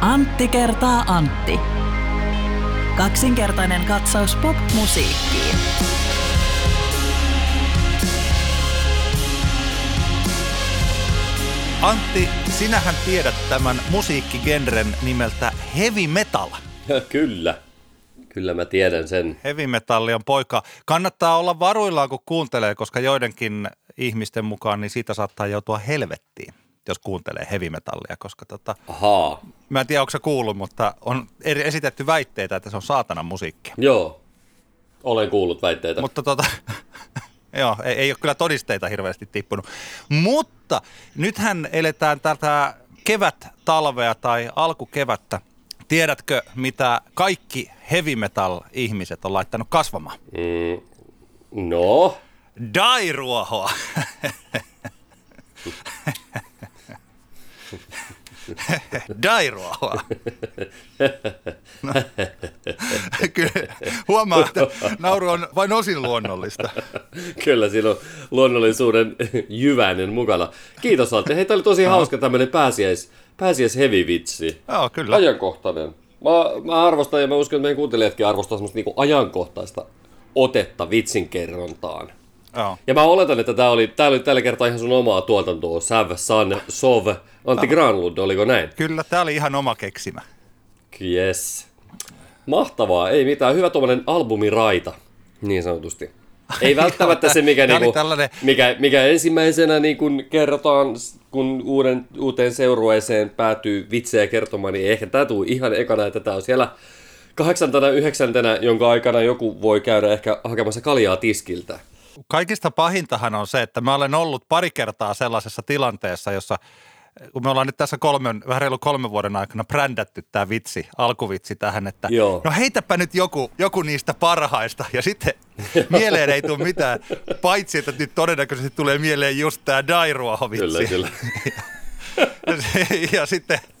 Antti kertaa Antti. Kaksinkertainen katsaus pop-musiikkiin. Antti, sinähän tiedät tämän musiikkigenren nimeltä heavy metal. Kyllä mä tiedän sen. Heavy metalli on poika. Kannattaa olla varuillaan, kun kuuntelee, koska joidenkin ihmisten mukaan niin siitä saattaa joutua helvettiin, jos kuuntelee heavy metallia, koska Ahaa. Mä en tiedä, onko se kuullut, mutta on esitetty väitteitä, että se on saatanan musiikkia. Joo, olen kuullut väitteitä. Mutta joo, ei ole kyllä todisteita hirveästi tippunut. Mutta nythän eletään tätä kevät-talvea tai alkukevättä. Tiedätkö, mitä kaikki heavy metal-ihmiset on laittanut kasvamaan? No? Dairuohoa. Dairuohoa. No. Kyllä, huomaa, että nauru on vain osin luonnollista. Kyllä, siinä on luonnollisuuden jyväinen mukana. Kiitos, Antti. Hei, tämä oli tosi hauska tämmöinen pääsiäis-heavy-vitsi. Joo, kyllä. Ajankohtainen. Mä arvostan ja mä uskon, että meidän kuuntelijatkin arvostaa semmoista niinku ajankohtaista otetta vitsinkerrontaan. Joo. Ja mä oletan, että tää oli tällä kertaa ihan sun omaa tuotantoa. Sav, San, Sov, Antti Granlund, oliko näin? Kyllä, tää oli ihan oma keksimä. Yes. Mahtavaa, ei mitään. Hyvä tuommoinen albumiraita, niin sanotusti. Ei välttämättä se, mikä ensimmäisenä niin kun kerrotaan, kun uuteen seurueeseen päätyy vitsejä kertomaan, niin ehkä tämä tuli ihan ekana, että tämä on siellä 8. 9. jonka aikana joku voi käydä ehkä hakemassa kaljaa tiskiltä. Kaikista pahintahan on se, että mä olen ollut pari kertaa sellaisessa tilanteessa, jossa kun me ollaan nyt tässä vähän reilu 3 vuoden aikana brändätty tämä alkuvitsi tähän, että Joo. No heitäpä nyt joku niistä parhaista ja sitten mieleen ei tule mitään, paitsi että nyt todennäköisesti tulee mieleen just tämä Dairuoho-vitsi. Kyllä. Ja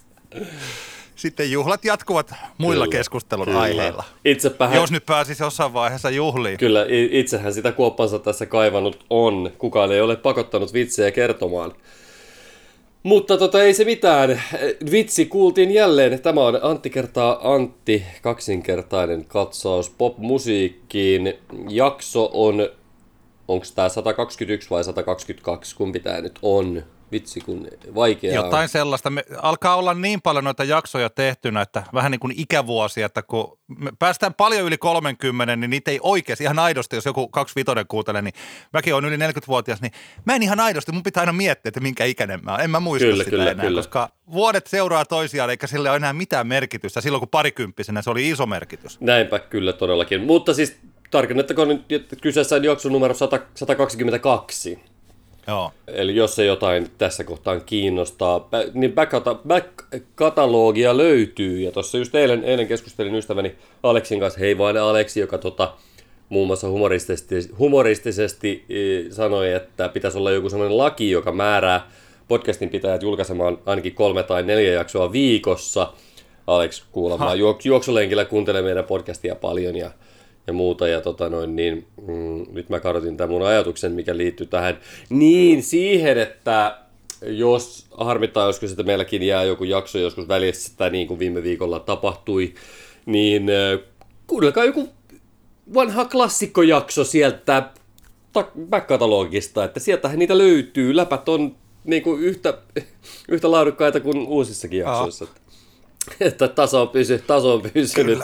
sitten juhlat jatkuvat muilla keskustelun aiheilla. Jos nyt pääsisi jossain vaiheessa juhliin. Kyllä, itsehän sitä kuoppansa tässä kaivannut on. Kukaan ei ole pakottanut vitsejä kertomaan. Mutta ei se mitään. Vitsi kuultiin jälleen. Tämä on Antti kertaa Antti, kaksinkertainen katsaus popmusiikkiin. Jakso onko tämä 121 vai 122, kumpi tämä nyt on? Vitsi kun vaikeaa. Jotain sellaista. Alkaa olla niin paljon noita jaksoja tehtynä, että vähän niin kuin ikävuosia, että kun me päästään paljon yli 30, niin niitä ei oikeasti ihan aidosti, jos joku 25 kuuntelee, niin mäkin olen yli 40-vuotias, niin mä en ihan aidosti, mun pitää aina miettiä, että minkä ikäinen mä oon. En mä muista sitä enää, koska vuodet seuraa toisiaan, eikä sillä ole enää mitään merkitystä. Silloin kun parikymppisenä se oli iso merkitys. Näinpä kyllä todellakin. Mutta siis tarkennettakoon nyt, että kyseessä on jakso numero 122. Joo. Eli jos se jotain tässä kohtaan kiinnostaa, niin back-katalogia löytyy. Ja tuossa just eilen keskustelin ystäväni Aleksin kanssa, hei vaan Aleksi, joka muun muassa humoristisesti sanoi, että pitäisi olla joku sellainen laki, joka määrää podcastin pitäjät julkaisemaan ainakin 3 tai 4 jaksoa viikossa. Alex kuulemaan juoksulenkillä kuuntelee meidän podcastia paljon ja muuta, ja nyt mä kadotin tämän mun ajatuksen, mikä liittyy tähän, niin siihen, että jos harmittaa joskus, että meilläkin jää joku jakso joskus välissä, niin kuin viime viikolla tapahtui, niin kuunnelkaa joku vanha klassikkojakso sieltä back-katalogista, että sieltähän niitä löytyy, läpät on niin kuin yhtä laadukkaita kuin uusissakin jaksoissa, että taso on pysynyt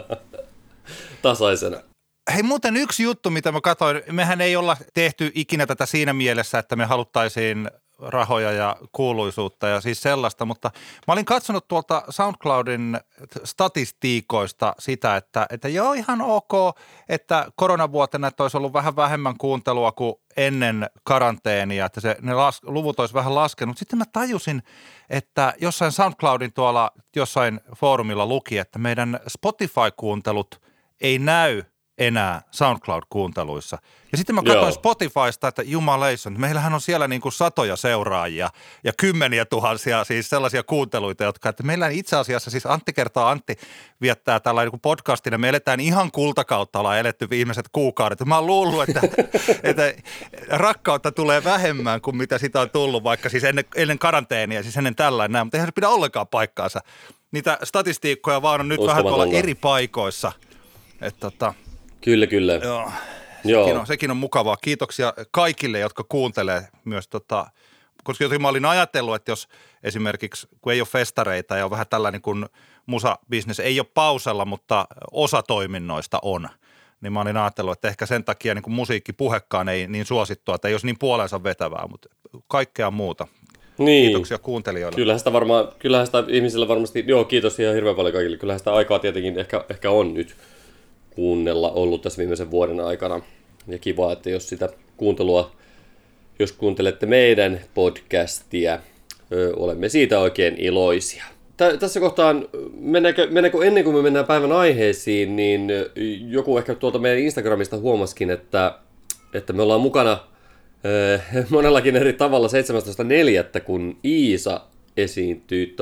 tasaisena. Hei, muuten yksi juttu, mitä mä katsoin, mehän ei olla tehty ikinä tätä siinä mielessä, että me haluttaisiin rahoja ja kuuluisuutta ja siis sellaista, mutta mä olin katsonut tuolta SoundCloudin statistiikoista sitä, että joo ihan ok, että koronavuotena että olisi ollut vähän vähemmän kuuntelua kuin ennen karanteenia, että ne luvut olisi vähän laskenut. Sitten mä tajusin, että jossain SoundCloudin tuolla jossain foorumilla luki, että meidän Spotify-kuuntelut ei näy enää SoundCloud-kuunteluissa. Ja sitten mä katsoin Spotifysta, että jumaleison, meillähän on siellä niin kuin satoja seuraajia ja kymmeniä tuhansia siis sellaisia kuunteluita, jotka, että meillä itse asiassa siis Antti kertaa Antti viettää tällainen niin podcastina, me eletään ihan kultakautta, ollaan eletty viimeiset kuukaudet. Mä oon luullut, että rakkautta tulee vähemmän kuin mitä sitä on tullut, vaikka siis ennen karanteenia, siis ennen tällainen näin, mutta eihän se pidä ollenkaan paikkaansa. niitä statistiikkoja vaan on nyt vähän tuolla eri paikoissa. Kyllä. Sekin on mukavaa. Kiitoksia kaikille, jotka kuuntelee myös koska jotenkin mä olin ajatellut, että jos esimerkiksi, kun ei ole festareita ja on vähän tällainen kuin musabisnes, ei ole pausella, mutta osa toiminnoista on, niin mä olin ajatellut, että ehkä sen takia niin kuin musiikkipuhekaan ei niin suosittua, että ei olisi niin puolensa vetävää, mutta kaikkea muuta. Niin. Kiitoksia kuuntelijoille. Kyllähän sitä ihmisillä varmasti, kiitos ihan hirveän paljon kaikille. Kyllähän sitä aikaa tietenkin ehkä on nyt kuunnella ollut tässä viimeisen vuoden aikana. Ja kiva, että jos kuuntelette meidän podcastia, olemme siitä oikein iloisia. Tässä kohtaan, mennäänkö ennen kuin me mennään päivän aiheisiin, niin joku ehkä tuolta meidän Instagramista huomasikin, että me ollaan mukana monellakin eri tavalla 17.4. kun Iisa esiintyy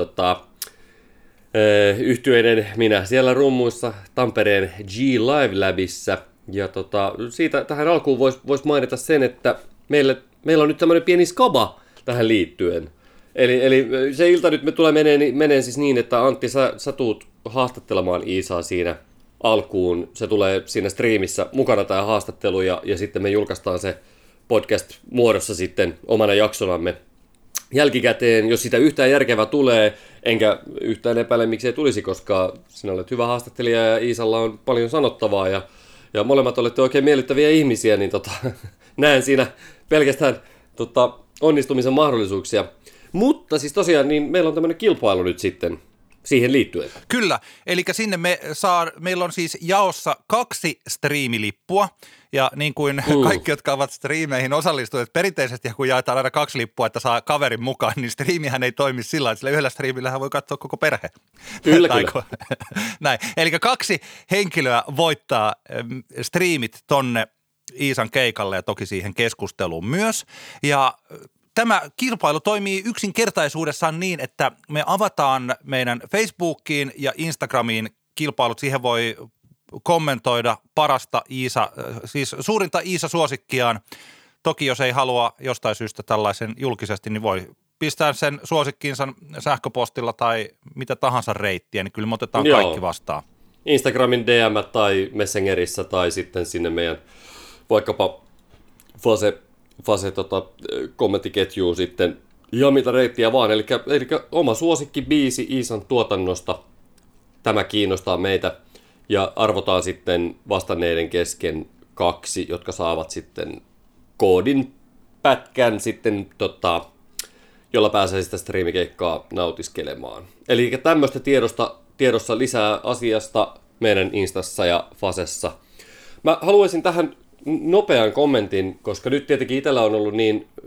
yhtyeiden minä siellä rummuissa Tampereen G Live Labissa. Ja siitä tähän alkuun vois mainita sen, että meillä on nyt tämmöinen pieni skaba tähän liittyen. Eli se ilta nyt menee siis niin, että Antti, sä tuut haastattelemaan Iisaa siinä alkuun. Se tulee siinä striimissä mukana tämä haastattelu ja sitten me julkaistaan se podcast-muodossa sitten omana jaksonamme jälkikäteen. Jos sitä yhtään järkevää tulee, enkä yhtään epäile miksei tulisi, koska sinä olet hyvä haastattelija ja Iisalla on paljon sanottavaa ja molemmat olette oikein miellyttäviä ihmisiä, niin näen siinä pelkästään onnistumisen mahdollisuuksia. Mutta siis tosiaan, niin meillä on tämmöinen kilpailu nyt sitten siihen liittyen. Kyllä, eli sinne meillä on siis jaossa 2 striimilippua, ja niin kuin kaikki, jotka ovat striimeihin osallistuneet perinteisesti, kun jaetaan aina 2 lippua, että saa kaverin mukaan, niin striimihän ei toimi sillä lailla, sillä yhdellä striimillähän voi katsoa koko perhe. Kyllä. Näin, eli 2 henkilöä voittaa striimit tonne Iisan keikalle ja toki siihen keskusteluun myös, ja tämä kilpailu toimii yksinkertaisuudessaan niin, että me avataan meidän Facebookiin ja Instagramiin kilpailut. Siihen voi kommentoida parasta siis suurinta Iisa-suosikkiaan. Toki jos ei halua jostain syystä tällaisen julkisesti, niin voi pistää sen suosikkiinsa sähköpostilla tai mitä tahansa reittiä, niin kyllä me otetaan kaikki vastaan. Instagramin DM tai Messengerissä tai sitten sinne meidän vaikkapa Fase kommenttiketjuun sitten ihan mitä reittiä vaan, eli oma suosikkibiisi Iisan tuotannosta, tämä kiinnostaa meitä ja arvotaan sitten vastanneiden kesken 2, jotka saavat sitten koodin pätkän sitten jolla pääsee sitä striimikeikkaa nautiskelemaan. Eli tämmöistä tiedossa lisää asiasta meidän Instassa ja Fasessa. Mä haluaisin tähän nopean kommentin, koska nyt tietenkin itsellä on ollut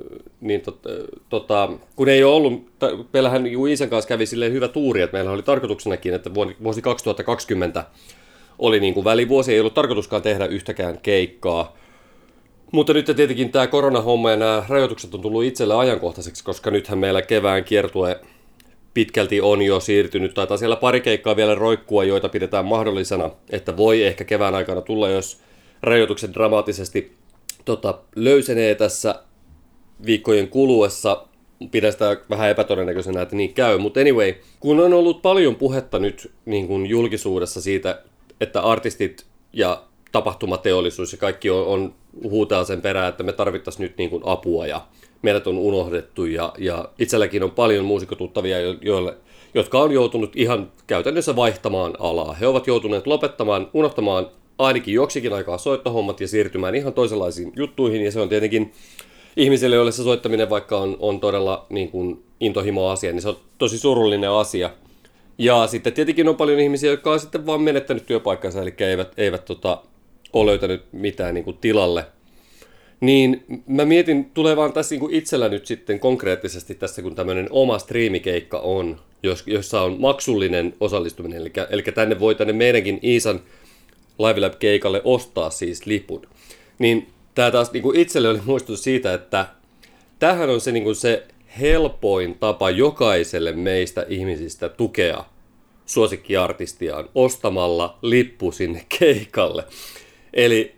kun ei ole ollut, meillähän Iisan kanssa kävi silleen hyvä tuuri, että meillä oli tarkoituksenakin, että vuosi 2020 oli niin kuin välivuosi, ei ollut tarkoituskaan tehdä yhtäkään keikkaa. Mutta nyt tietenkin tämä koronahomma ja nämä rajoitukset on tullut itselle ajankohtaiseksi, koska nythän meillä kevään kiertue pitkälti on jo siirtynyt, taitaa siellä pari keikkaa vielä roikkua, joita pidetään mahdollisena, että voi ehkä kevään aikana tulla, jos rajoitukset dramaattisesti löysenee tässä viikkojen kuluessa. Pidän sitä vähän epätodennäköisenä, että niin käy. Mutta anyway, kun on ollut paljon puhetta nyt niin kuin julkisuudessa siitä, että artistit ja tapahtumateollisuus ja kaikki on huutaa sen perään, että me tarvittaisiin nyt niin kuin apua ja meidät on unohdettu. Ja itselläkin on paljon muusikotuttavia, jotka on joutunut ihan käytännössä vaihtamaan alaa. He ovat joutuneet lopettamaan, unohtamaan ainakin joksikin aikaa soittohommat ja siirtymään ihan toisenlaisiin juttuihin, ja se on tietenkin ihmisille, joille se soittaminen vaikka on todella niin kuin intohimo-asia, niin se on tosi surullinen asia. Ja sitten tietenkin on paljon ihmisiä, jotka on sitten vaan menettänyt työpaikkansa, eli eivät ole löytänyt mitään niin kuin tilalle. Niin mä mietin, tulee vaan tässä niin kuin itsellä nyt sitten konkreettisesti tässä, kun tämmöinen oma striimikeikka on, jossa on maksullinen osallistuminen, eli tänne meidänkin Iisan Live Lab-keikalle ostaa siis lipun. Niin tämä taas niin kuin itselle oli muistutus siitä, että tämähän on se, niin kuin se helpoin tapa jokaiselle meistä ihmisistä tukea suosikkiartistiaan ostamalla lippu sinne keikalle. Eli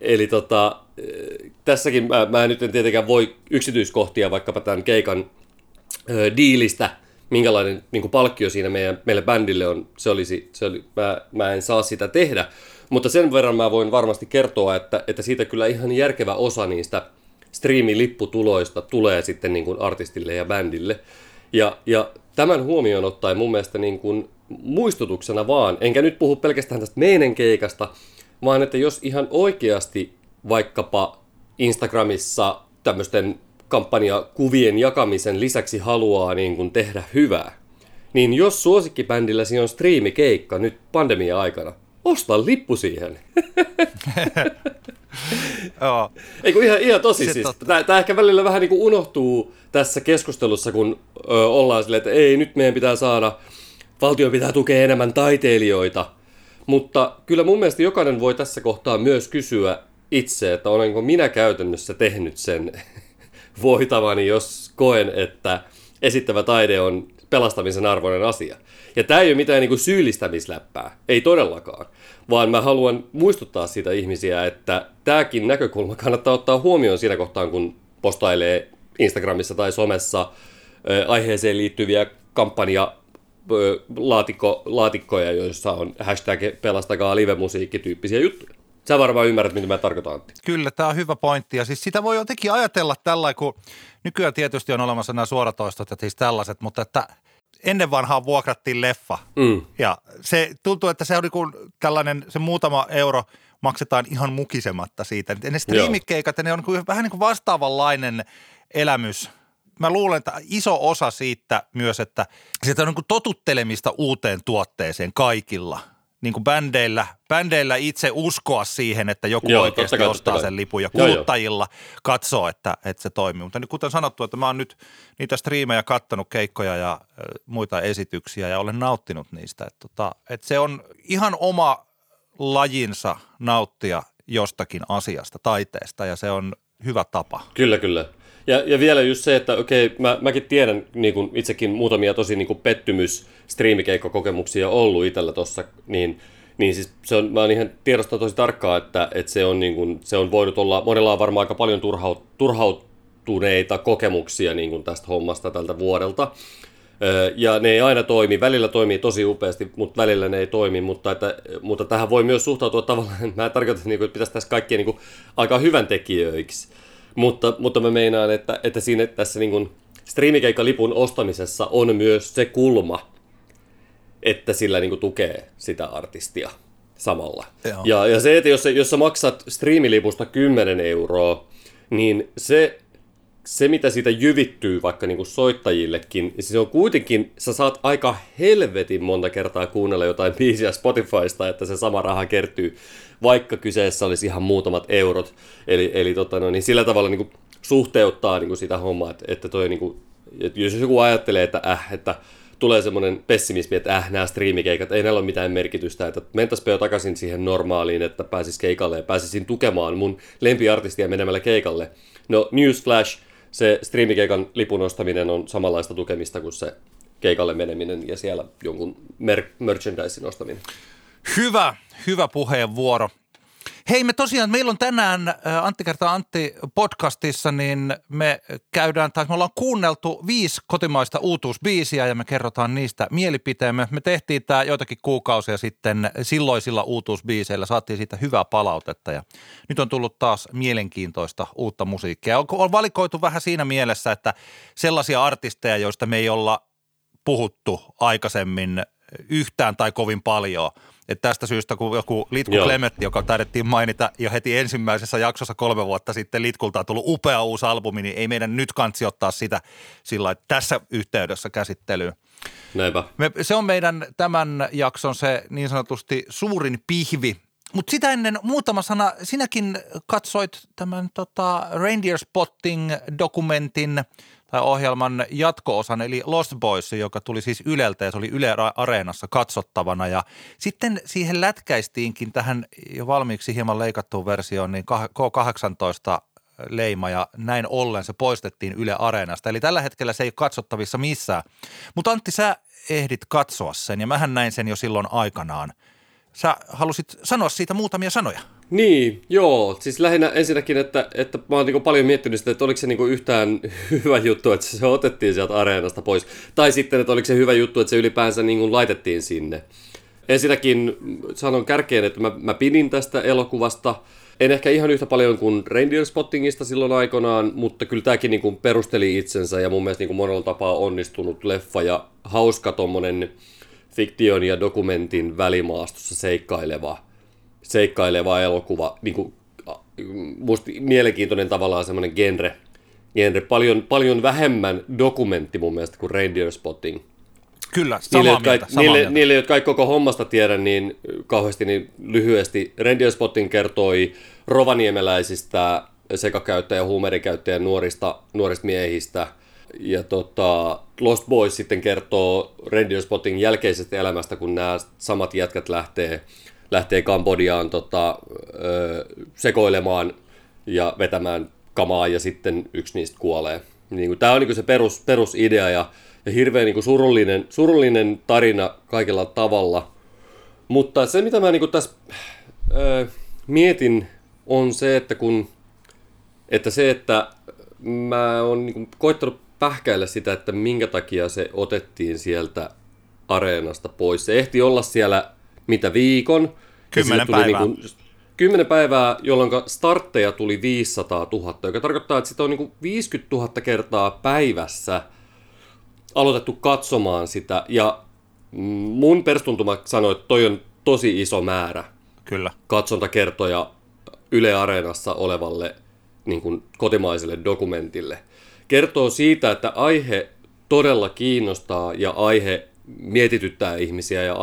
tässäkin mä nyt en tietenkään voi yksityiskohtia vaikkapa tämän keikan diilistä minkälainen niin kuin palkkio siinä meille bändille on, mä en saa sitä tehdä. Mutta sen verran mä voin varmasti kertoa, että siitä kyllä ihan järkevä osa niistä striimilipputuloista tulee sitten niin kuin artistille ja bändille. Ja tämän huomioon ottaen mun mielestä niin kuin muistutuksena vaan, enkä nyt puhu pelkästään tästä meidän keikasta, vaan että jos ihan oikeasti vaikkapa Instagramissa tämmöisten kampanjakuvien jakamisen lisäksi haluaa niin kuin tehdä hyvää, niin jos suosikkibändilläsi on striimikeikka nyt pandemia-aikana, osta lippu siihen. Eiku ihan tosi siis. Tämä ehkä välillä vähän niin kuin unohtuu tässä keskustelussa, kun ollaan silleen, että ei, nyt meidän pitää saada, valtio pitää tukea enemmän taiteilijoita. Mutta kyllä mun mielestä jokainen voi tässä kohtaa myös kysyä itse, että olenko minä käytännössä tehnyt sen voitavani, jos koen, että esittävä taide on pelastamisen arvoinen asia. Ja tämä ei ole mitään niin kuin syyllistämisläppää, ei todellakaan, vaan mä haluan muistuttaa siitä ihmisiä, että tämäkin näkökulma kannattaa ottaa huomioon siinä kohtaan, kun postailee Instagramissa tai somessa aiheeseen liittyviä kampanjalaatikkoja, joissa on hashtag pelastakaa livemusiikki-tyyppisiä juttuja. Sä varmaan ymmärrät, mitä mä tarkoitan, Antti. Kyllä, tämä on hyvä pointti. Ja siis sitä voi jotenkin ajatella tällä, kun nykyään tietysti on olemassa nämä suoratoistot ja siis tällaiset, mutta että ennen vanhaan vuokrattiin leffa. Ja se tuntuu, että se on niin tällainen, se muutama euro maksetaan ihan mukisematta siitä. Ne striimikeikat, ne on vähän niin kuin vastaavanlainen elämys. Mä luulen, että iso osa siitä myös, että siitä on niin kuin totuttelemista uuteen tuotteeseen kaikilla. Niin kuin bändeillä itse uskoa siihen, että joku oikeasti ostaa sen lipun ja kuluttajilla katsoo, että se toimii. Mutta niin kuten sanottu, että mä oon nyt niitä striimejä kattonut, keikkoja ja muita esityksiä ja olen nauttinut niistä. Että se on ihan oma lajinsa nauttia jostakin asiasta, taiteesta ja se on hyvä tapa. Kyllä. Ja vielä just se, että okei, mäkin tiedän niin kuin itsekin muutamia tosi niin kuin pettymys-striimikeikkakokemuksia ollut itsellä tossa, niin siis mä oon ihan tiedostaa tosi tarkkaan, että se on, niin kuin, se on voinut olla, monella on varmaan aika paljon turhautuneita kokemuksia niin kuin tästä hommasta tältä vuodelta. Ja ne ei aina toimi, välillä toimii tosi upeasti, mutta välillä ne ei toimi, mutta tähän voi myös suhtautua tavallaan, mä tarkoitan, että pitäisi tässä kaikkia niin kuin aika hyvän tekijöiksi. Mutta mä meinaan, että siinä tässä niin kuin striimikeikkalipun ostamisessa on myös se kulma, että sillä niin kuin tukee sitä artistia samalla. Ja se, että jos sä maksat striimilipusta 10 €, niin se mitä siitä jyvittyy vaikka niin kuin soittajillekin, niin se on kuitenkin, sä saat aika helvetin monta kertaa kuunnella jotain biisiä Spotifysta, että se sama raha kertyy, vaikka kyseessä olisi ihan muutamat eurot. Eli niin sillä tavalla niin kuin suhteuttaa niin kuin sitä hommaa, että toi niin kuin, jos joku ajattelee, että tulee semmoinen pessimismi, että nämä striimikeikat, ei näillä ole mitään merkitystä, että mentäspä jo takaisin siihen normaaliin, että pääsis keikalle ja pääsisin tukemaan mun lempiartistia menemällä keikalle. No newsflash, se striimikeikan lipun ostaminen on samanlaista tukemista kuin se keikalle meneminen ja siellä jonkun merchandisein ostaminen. Hyvä puheenvuoro. Hei, meillä on tänään Antti kertaa Antti podcastissa, niin me ollaan kuunneltu 5 kotimaista uutuusbiisiä ja me kerrotaan niistä mielipiteemme. Me tehtiin tämä joitakin kuukausia sitten silloisilla uutuusbiiseillä, saatiin siitä hyvää palautetta ja nyt on tullut taas mielenkiintoista uutta musiikkia. On valikoitu vähän siinä mielessä, että sellaisia artisteja, joista me ei olla puhuttu aikaisemmin yhtään tai kovin paljon. Että tästä syystä, kun joku Litku Klemetti, joka taidettiin mainita jo heti ensimmäisessä jaksossa 3 vuotta sitten, Litkulta on tullut upea uusi albumi, niin ei meidän nyt kansi ottaa sitä sillä tässä yhteydessä käsittelyyn. Näinpä. Se on meidän tämän jakson se niin sanotusti suurin pihvi. Mutta sitä ennen muutama sana, sinäkin katsoit tämän Reindeer Spotting-dokumentin tai ohjelman jatko-osan, eli Lost Boys, joka tuli siis Yleltä ja se oli Yle Areenassa katsottavana. Ja sitten siihen lätkäistiinkin tähän jo valmiiksi hieman leikattuun versioon niin K18 leima ja näin ollen se poistettiin Yle Areenasta. Eli tällä hetkellä se ei ole katsottavissa missään. Mutta Antti, sä ehdit katsoa sen ja mähän näin sen jo silloin aikanaan. Sä halusit sanoa siitä muutamia sanoja. Niin, joo. Siis lähinnä ensinnäkin, että mä oon niin paljon miettinyt sitä, että oliko se niin yhtään hyvä juttu, että se otettiin sieltä areenasta pois. Tai sitten, että oliko se hyvä juttu, että se ylipäänsä niin laitettiin sinne. Ensinnäkin sanon kärkeen, että mä pidin tästä elokuvasta. En ehkä ihan yhtä paljon kuin Reindeer Spottingista silloin aikanaan, mutta kyllä tämäkin niin perusteli itsensä ja mun mielestä niin monella tapaa onnistunut leffa ja hauska tommonen fiktion ja dokumentin välimaastossa seikkaileva elokuva. Niin kuin, musta mielenkiintoinen tavallaan semmoinen genre. Paljon vähemmän dokumentti mun mielestä kuin Reindeer Spotting. Kyllä, samaa mieltä. Niille, jotka ei koko hommasta tiedä, niin kauheasti niin lyhyesti. Reindeer Spotting kertoi rovaniemeläisistä sekakäyttäjä- ja huumerikäyttäjä nuorista miehistä. Ja Lost Boys sitten kertoo Reindeer Spotting jälkeisestä elämästä, kun nämä samat jätkät lähtee Kambodjaan sekoilemaan ja vetämään kamaa, ja sitten yksi niistä kuolee. Niin tämä on niin se perusidea, ja hirveän niin surullinen tarina kaikella tavalla. Mutta se, mitä mä niin tässä mietin, on se, että mä oon niin koittanut pähkäillä sitä, että minkä takia se otettiin sieltä areenasta pois. Se ehti olla siellä viikon. 10 päivää. 10 päivää, jolloin startteja tuli 500 000, joka tarkoittaa, että sitä on 50 000 kertaa päivässä aloitettu katsomaan sitä. Ja mun perstuntuma sanoi, että toi on tosi iso määrä. Kyllä. Katsontakertoja Yle Areenassa olevalle kotimaiselle dokumentille. Kertoo siitä, että aihe todella kiinnostaa ja aihe mietityttää ihmisiä ja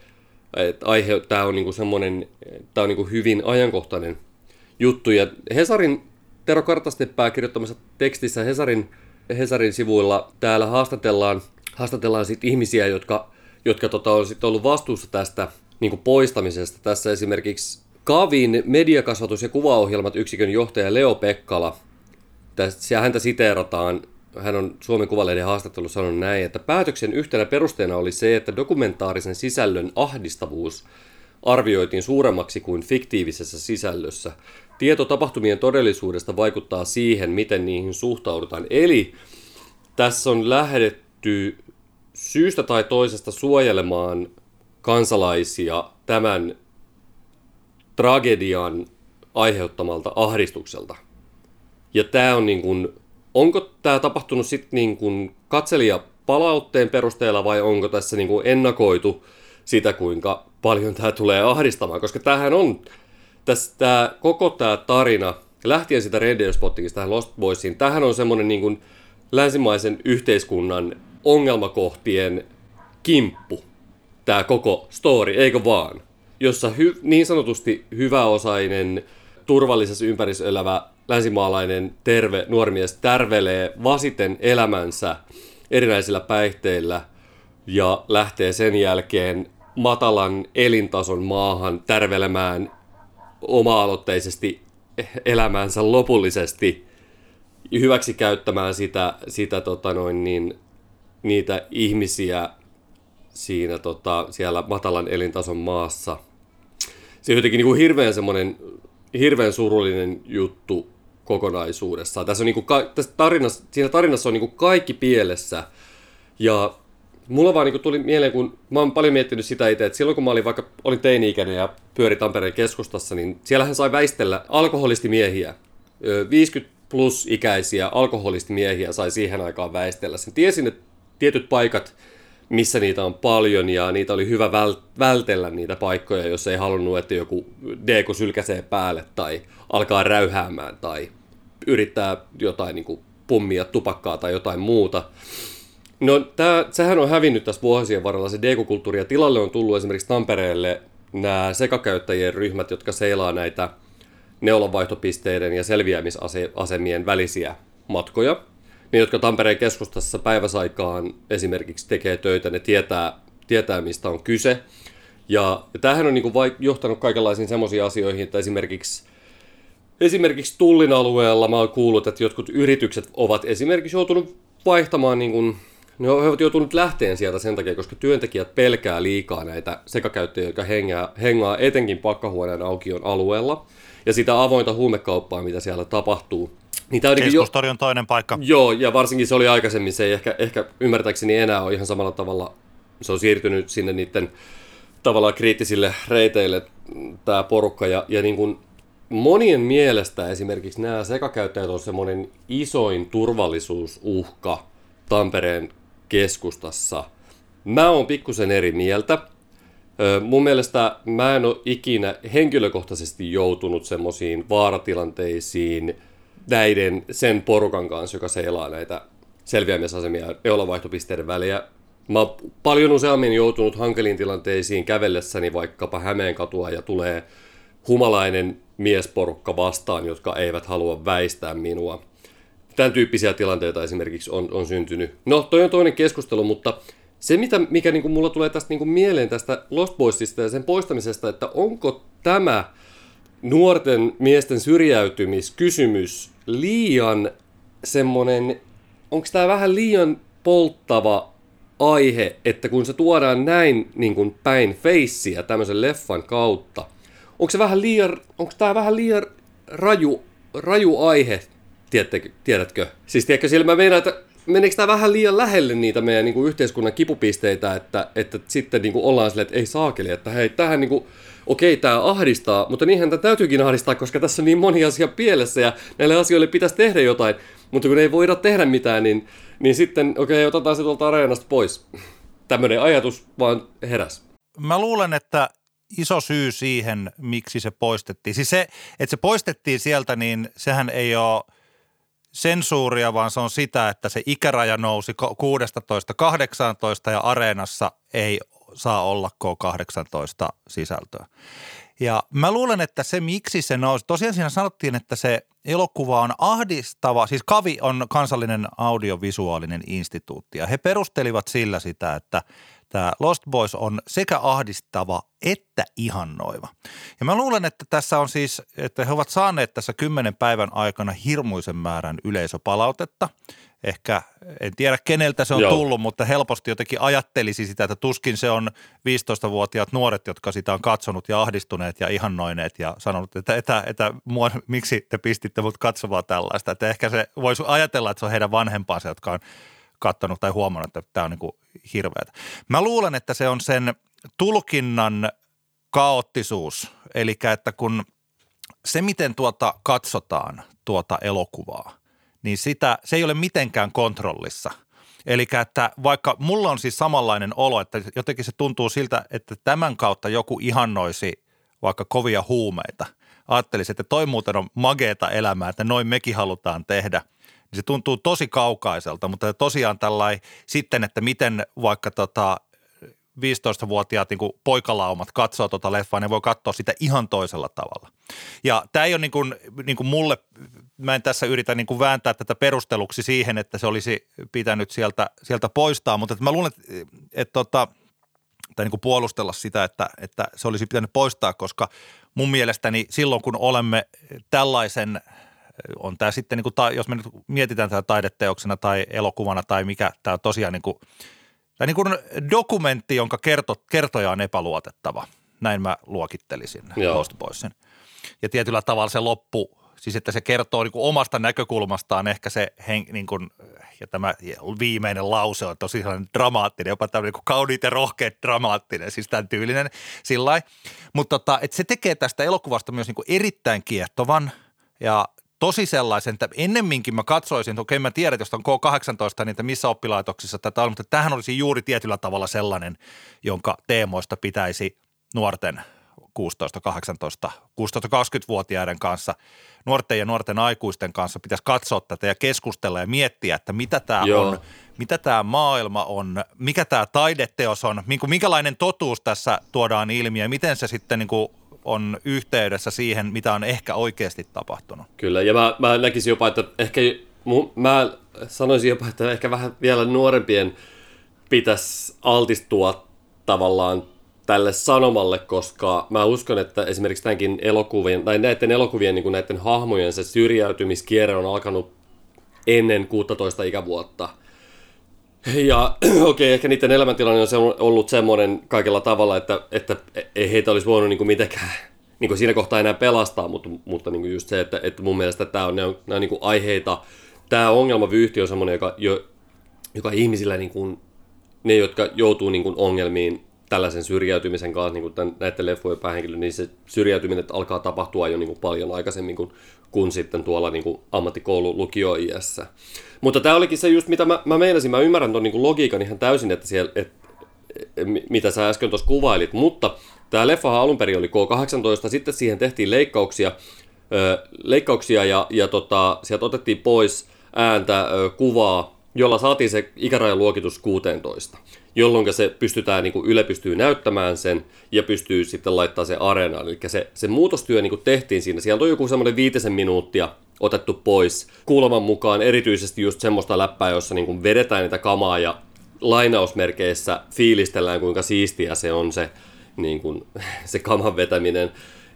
tämä on semmoinen, tämä on hyvin ajankohtainen juttu. Ja Hesarin Tero Kartastepää kirjoittamassa tekstissä Hesarin sivuilla täällä haastatellaan sit ihmisiä, jotka on sit ollut vastuussa tästä poistamisesta. Tässä esimerkiksi KAVin mediakasvatus- ja kuvaohjelmat yksikön johtaja Leo Pekkala. Häntä siteerataan. Hän on Suomen Kuvalehden haastattelussa sanonut näin, että päätöksen yhtenä perusteena oli se, että dokumentaarisen sisällön ahdistavuus arvioitiin suuremmaksi kuin fiktiivisessä sisällössä. Tieto tapahtumien todellisuudesta vaikuttaa siihen, miten niihin suhtaudutaan. Eli tässä on lähdetty syystä tai toisesta suojelemaan kansalaisia tämän tragedian aiheuttamalta ahdistukselta. Ja tämä on onko tämä tapahtunut sitten katselijapalautteen perusteella vai onko tässä ennakoitu sitä, kuinka paljon tämä tulee ahdistamaan? Koska tämähän on, koko tämä tarina, lähtien sitä Reindeer Spottingista tähän Lost Boysiin, tämähän on semmoinen länsimaisen yhteiskunnan ongelmakohtien kimppu, tämä koko story, eikö vaan? Jossa niin sanotusti hyväosainen, turvallisessa ympäristössä elävä länsimaalainen terve nuorimies tärvelee vasiten elämänsä erinäisillä päihteillä ja lähtee sen jälkeen matalan elintason maahan tärvelemään oma-aloitteisesti elämänsä lopullisesti, hyväksi käyttämään niitä ihmisiä siinä siellä matalan elintason maassa. Se on jotenkin hirveän surullinen juttu kokonaisuudessaan. Siinä tarinassa on kaikki pielessä. Ja mulla vaan tuli mieleen, kun mä oon paljon miettinyt sitä itse, että silloin kun mä olin teini-ikäinen ja pyörin Tampereen keskustassa, niin siellähän sai väistellä alkoholistimiehiä. 50 plus ikäisiä alkoholistimiehiä sai siihen aikaan väistellä. Sen tiesin, että tietyt paikat, missä niitä on paljon, ja niitä oli hyvä vältellä niitä paikkoja, jos ei halunnut, että joku deeko sylkäsee päälle tai alkaa räyhäämään tai yrittää jotain pummia tupakkaa tai jotain muuta. No sehän on hävinnyt tässä vuosien varrella se deekokulttuuri, ja tilalle on tullut esimerkiksi Tampereelle nämä sekakäyttäjien ryhmät, jotka seilaa näitä neulanvaihtopisteiden ja selviämisasemien välisiä matkoja. Ne, jotka Tampereen keskustassa päiväsaikaan esimerkiksi tekee töitä, ne tietää mistä on kyse. Ja tämähän on johtanut kaikenlaisiin semmoisiin asioihin, että esimerkiksi Tullin alueella mä oon kuullut, että jotkut yritykset ovat esimerkiksi joutunut vaihtamaan, ne ovat joutunut lähteen sieltä sen takia, koska työntekijät pelkää liikaa näitä sekakäyttäjiä, jotka hengaa etenkin pakkahuoneen aukion alueella. ja sitä avointa huumekauppaa, mitä siellä tapahtuu. Niin Keskustori on toinen paikka. Joo, ja varsinkin se oli aikaisemmin, se ei ehkä ymmärtääkseni enää ole ihan samalla tavalla, se on siirtynyt sinne niiden tavallaan kriittisille reiteille tämä porukka, ja niin kuin monien mielestä esimerkiksi nämä sekakäyttäjät on semmoinen isoin turvallisuusuhka Tampereen keskustassa. Mä oon pikkusen eri mieltä. Mun mielestä mä en ole ikinä henkilökohtaisesti joutunut semmoisiin vaaratilanteisiin sen porukan kanssa, joka seilaa näitä selviämisasemia eulavaihtopisteiden väliä. Mä oon paljon useammin joutunut hankaliin tilanteisiin kävellessäni vaikkapa Hämeenkatua ja tulee humalainen miesporukka vastaan, jotka eivät halua väistää minua. Tämän tyyppisiä tilanteita esimerkiksi on syntynyt. No, toi on toinen keskustelu, mutta se, mikä niin kuin mulla tulee tästä niin kuin mieleen tästä Lost Boysista ja sen poistamisesta, että onko tämä nuorten miesten syrjäytymiskysymys liian semmoinen, onko tämä vähän liian polttava aihe, että kun se tuodaan näin niin kuin päin feissiä tämmöisen leffan kautta, onko tämä vähän liian raju aihe, tiedätkö? Siis tiedätkö, siellä mä meinaan, että meneekö tämä vähän liian lähelle niitä meidän niin kuin yhteiskunnan kipupisteitä, että sitten niin kuin ollaan silleen, että ei saakeli, että hei, tähän niin kuin, okei, tämä ahdistaa, mutta niinhän tämä täytyykin ahdistaa, koska tässä on niin moni asia pielessä ja näille asioille pitäisi tehdä jotain, mutta kun ei voida tehdä mitään, niin sitten okei, otetaan se tuolta areenasta pois. Tämmöinen ajatus vaan heräs. Mä luulen, että iso syy siihen, miksi se poistettiin, siis se, että se poistettiin sieltä, niin sehän ei ole sensuuria, vaan se on sitä, että se ikäraja nousi 16-18 ja areenassa ei saa olla K18 sisältöä. Ja mä luulen, että se miksi se nousi, tosiaan siinä sanottiin, että se elokuva on ahdistava, siis KAVI on kansallinen audiovisuaalinen instituutti ja he perustelivat sillä sitä, että tämä Lost Boys on sekä ahdistava että ihannoiva. Ja mä luulen, että tässä on siis, että he ovat saaneet tässä 10 päivän aikana hirmuisen määrän yleisöpalautetta. Ehkä en tiedä keneltä se on tullut, mutta helposti jotenkin ajattelisi sitä, että tuskin se on 15-vuotiaat nuoret, jotka sitä on katsonut ja ahdistuneet ja ihannoineet ja sanonut, että miksi te pistitte mut katsomaan tällaista. Että ehkä se voisi ajatella, että se on heidän vanhempansa, jotka on katsonut tai huomannut, että tämä on niin kuin hirveätä. Mä luulen, että se on sen tulkinnan kaoottisuus, eli että kun se, miten katsotaan tuota elokuvaa, niin se ei ole mitenkään kontrollissa. Eli että vaikka mulla on siis samanlainen olo, että jotenkin se tuntuu siltä, että tämän kautta joku ihannoisi vaikka kovia huumeita. Ajattelisi, että toi muuten on mageeta elämää, että noin mekin halutaan tehdä. Se tuntuu tosi kaukaiselta, mutta tosiaan tällainen sitten, että miten vaikka 15-vuotiaat niin kuin poikalaumat katsoo leffaa, ne voi katsoa sitä ihan toisella tavalla. Ja tämä ei ole niin kuin mulle, mä en tässä yritä niin kuin vääntää tätä perusteluksi siihen, että se olisi pitänyt sieltä poistaa, mutta mä luulen, että tai niin kuin puolustella sitä, että se olisi pitänyt poistaa, koska mun mielestäni silloin, kun olemme tällaisen on tämä sitten, niin kuin, jos me nyt mietitään tätä taideteoksena tai elokuvana tai mikä tämä on tosiaan niin kuin dokumentti, jonka kertoja on epäluotettava. Näin mä luokittelisin Lost Boysin. Ja tietyllä tavalla se loppu, siis että se kertoo niin kuin omasta näkökulmastaan ehkä se, niin kuin, ja tämä viimeinen lause on tosi dramaattinen, jopa tämmöinen niin kauniit ja rohkeat dramaattinen, siis tämän tyylinen sillä lailla. Mutta että se tekee tästä elokuvasta myös niin kuin erittäin kiehtovan ja tosi sellaisen, että ennemminkin mä katsoisin, että okei mä tiedän, että jos on K18, niin että missä oppilaitoksissa tätä on, mutta tämähän olisi juuri tietyllä tavalla sellainen, jonka teemoista pitäisi nuorten 16-18, 16-20-vuotiaiden kanssa, nuorten ja nuorten aikuisten kanssa pitäisi katsoa tätä ja keskustella ja miettiä, että mitä tämä on, mitä tämä maailma on, mikä tämä taideteos on, minkälainen totuus tässä tuodaan ilmi ja miten se sitten niin kuin on yhteydessä siihen, mitä on ehkä oikeasti tapahtunut. Kyllä, ja mä näkisin jopa, että ehkä, mä sanoisin jopa, että ehkä vähän vielä nuorempien pitäisi altistua tavallaan tälle sanomalle, koska mä uskon, että esimerkiksi näiden elokuvien niin kuin näiden hahmojen se syrjäytymiskierre on alkanut ennen 16 ikävuotta. Ja okei, ehkä niiden elämäntilanne on ollut semmoinen kaikella tavalla, että ei heitä olisi voinut niin kuin mitenkään niin kuin siinä kohtaa enää pelastaa, mutta niin kuin just se, että mun mielestä nämä on niin kuin aiheita. Tämä ongelmavyyhti on semmoinen, joka ihmisillä, niin kuin, ne jotka joutuu niin kuin ongelmiin tällaisen syrjäytymisen kanssa, niin kuin näiden leffojen päähenkilöiden, niin se syrjäytyminen alkaa tapahtua jo niin kuin paljon aikaisemmin kuin sitten tuolla niin kuin ammattikoulu lukio-iässä. Mutta tämä olikin se just, mitä mä meinasin. Mä ymmärrän ton niin kuin logiikan ihan täysin, että siellä, mitä sä äsken tuossa kuvailit, mutta tämä leffahan alun perin oli K-18, sitten siihen tehtiin leikkauksia ja sieltä otettiin pois ääntä, kuvaa, jolla saatiin se ikärajaluokitus 16, jolloin Yle pystyy näyttämään sen ja pystyy sitten laittamaan sen areenaan. Eli se muutostyö niin kuin tehtiin siinä. Sieltä on joku semmoinen 5 minuuttia otettu pois. Kuuleman mukaan erityisesti just semmoista läppää, jossa niin kuin vedetään niitä kamaa ja lainausmerkeissä fiilistellään, kuinka siistiä se on niin kuin, se kaman vetäminen.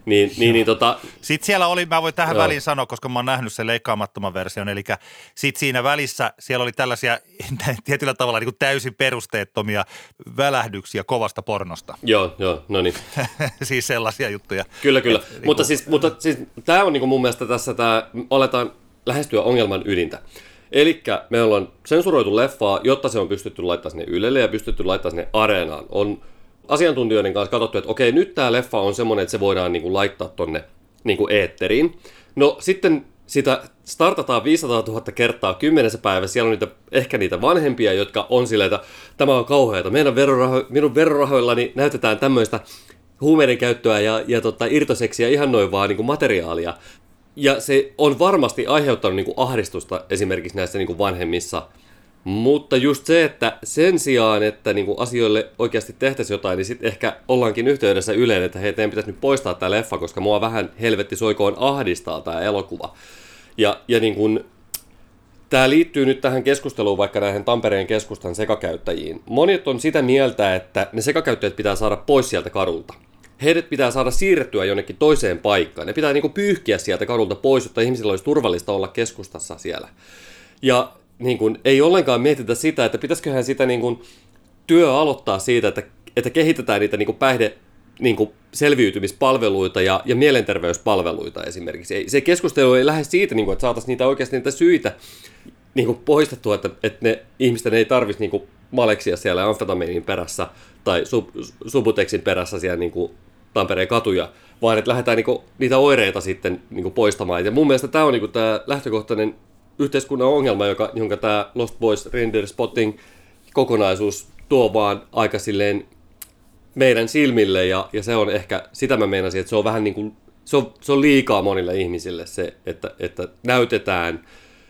Sitten siellä oli, mä voin tähän väliin sanoa, koska mä oon nähnyt sen leikkaamattoman version, eli sitten siinä välissä siellä oli tällaisia tietyllä tavalla niin kuin täysin perusteettomia välähdyksiä kovasta pornosta. Joo, no niin. Siis sellaisia juttuja. Kyllä. Mutta siis tämä on niin kuin mun mielestä tässä, aletaan lähestyä ongelman ydintä. Eli me ollaan sensuroitu leffaa, jotta se on pystytty laittamaan sinne Ylelle ja pystytty laittamaan sinne areenaan. On asiantuntijoiden kanssa katsottu, että okei, nyt tämä leffa on semmoinen, että se voidaan niin kuin laittaa tonne niin kuin eetteriin. No sitten sitä startataan 500 000 kertaa 10 päivässä. Siellä on ehkä niitä vanhempia, jotka on silleen, että tämä on kauheata. Minun verorahoillani näytetään tämmöistä huumeiden käyttöä ja irtoseksiä ihan noin vaan niin kuin materiaalia. Ja se on varmasti aiheuttanut niin kuin ahdistusta esimerkiksi näissä niin kuin vanhemmissa. Mutta just se, että sen sijaan, että niin kuin asioille oikeasti tehtäisiin jotain, niin sitten ehkä ollaankin yhteydessä Yleen, että hei, teidän pitäisi nyt poistaa tämä leffa, koska mua vähän helvetti soikoon ahdistaa tämä elokuva. Ja niin kuin, tämä liittyy nyt tähän keskusteluun vaikka näihin Tampereen keskustan sekakäyttäjiin. Monet on sitä mieltä, että ne sekakäyttäjät pitää saada pois sieltä kadulta. Heidät pitää saada siirrettyä jonnekin toiseen paikkaan. Ne pitää niin kuin pyyhkiä sieltä kadulta pois, jotta ihmisillä olisi turvallista olla keskustassa siellä. Ja niin kuin, ei ollenkaan mietitä sitä, että pitäisiköhän sitä niin kuin, työ aloittaa siitä, että kehitetään niitä niin kuin niin kuin selviytymispalveluita ja mielenterveyspalveluita esimerkiksi. Se keskustelu ei lähde siitä, niin kuin, että saataisiin niitä oikeasti niitä syitä niin kuin poistettua, että ne ihmisten ei tarvitsisi niin kuin maleksia siellä amfetamiinin perässä tai Subutexin perässä siellä niin kuin Tampereen katuja, vaan että lähdetään niin kuin niitä oireita sitten niin kuin poistamaan. Ja mun mielestä tämä on niin kuin tämä lähtökohtainen yhteiskunnan ongelma, jonka tämä Lost Boys Reindeer Spotting kokonaisuus tuo vaan aika silleen meidän silmille, ja se on ehkä, sitä mä meinasin, että se on vähän niin kuin, se on liikaa monille ihmisille se, että näytetään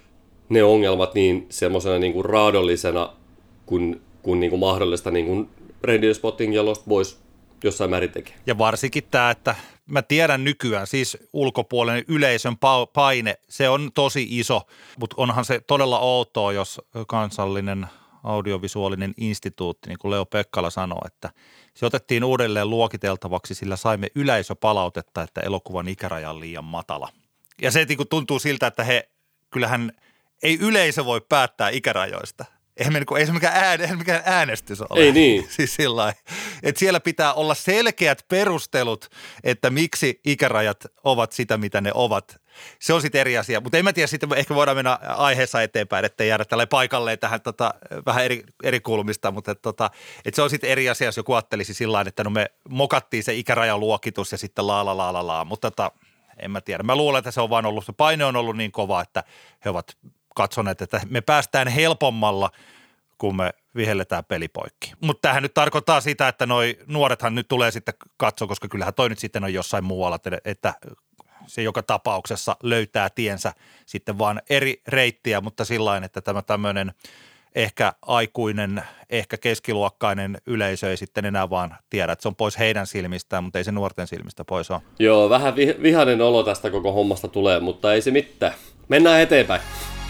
ne ongelmat niin semmoisena niin kuin raadollisena kuin niin kuin mahdollista, niin kuin Reindeer Spotting ja Lost Boys jossain määrin tekee. Ja varsinkin tämä, että mä tiedän nykyään, siis ulkopuolinen yleisön paine, se on tosi iso, mutta onhan se todella outoa, jos kansallinen audiovisuaalinen instituutti, niin kuin Leo Pekkala sanoo, että se otettiin uudelleen luokiteltavaksi, sillä saimme yleisöpalautetta, että elokuvan ikäraja on liian matala. Ja se tuntuu siltä, että kyllähän ei yleisö voi päättää ikärajoista. Ei se mikään äänestys ole. Ei niin. Siis sillain, että siellä pitää olla selkeät perustelut, että miksi ikärajat ovat sitä, mitä ne ovat. Se on sitten eri asia, mutta en mä tiedä, sitten ehkä voidaan mennä aiheessa eteenpäin, ettei jäädä tällä paikalleen tähän vähän eri kulmista, mutta että se on sitten eri asia, jos joku ajattelisi sillain, että no me mokattiin se ikärajaluokitus ja sitten la, mutta en mä tiedä. Mä luulen, että se on vaan ollut, se paine on ollut niin kova, että he ovat katsoneet, että me päästään helpommalla, kun me vihelletään pelipoikki. Mutta tämähän nyt tarkoittaa sitä, että noi nuorethan nyt tulee sitten katsoa, koska kyllähän toi nyt sitten on jossain muualla, että se joka tapauksessa löytää tiensä sitten vaan eri reittiä, mutta sillain, että tämä tämmöinen ehkä aikuinen, ehkä keskiluokkainen yleisö ei sitten enää vaan tiedä, että se on pois heidän silmistään, mutta ei se nuorten silmistä pois ole. Joo, vähän vihainen olo tästä koko hommasta tulee, mutta ei se mitään. Mennään eteenpäin.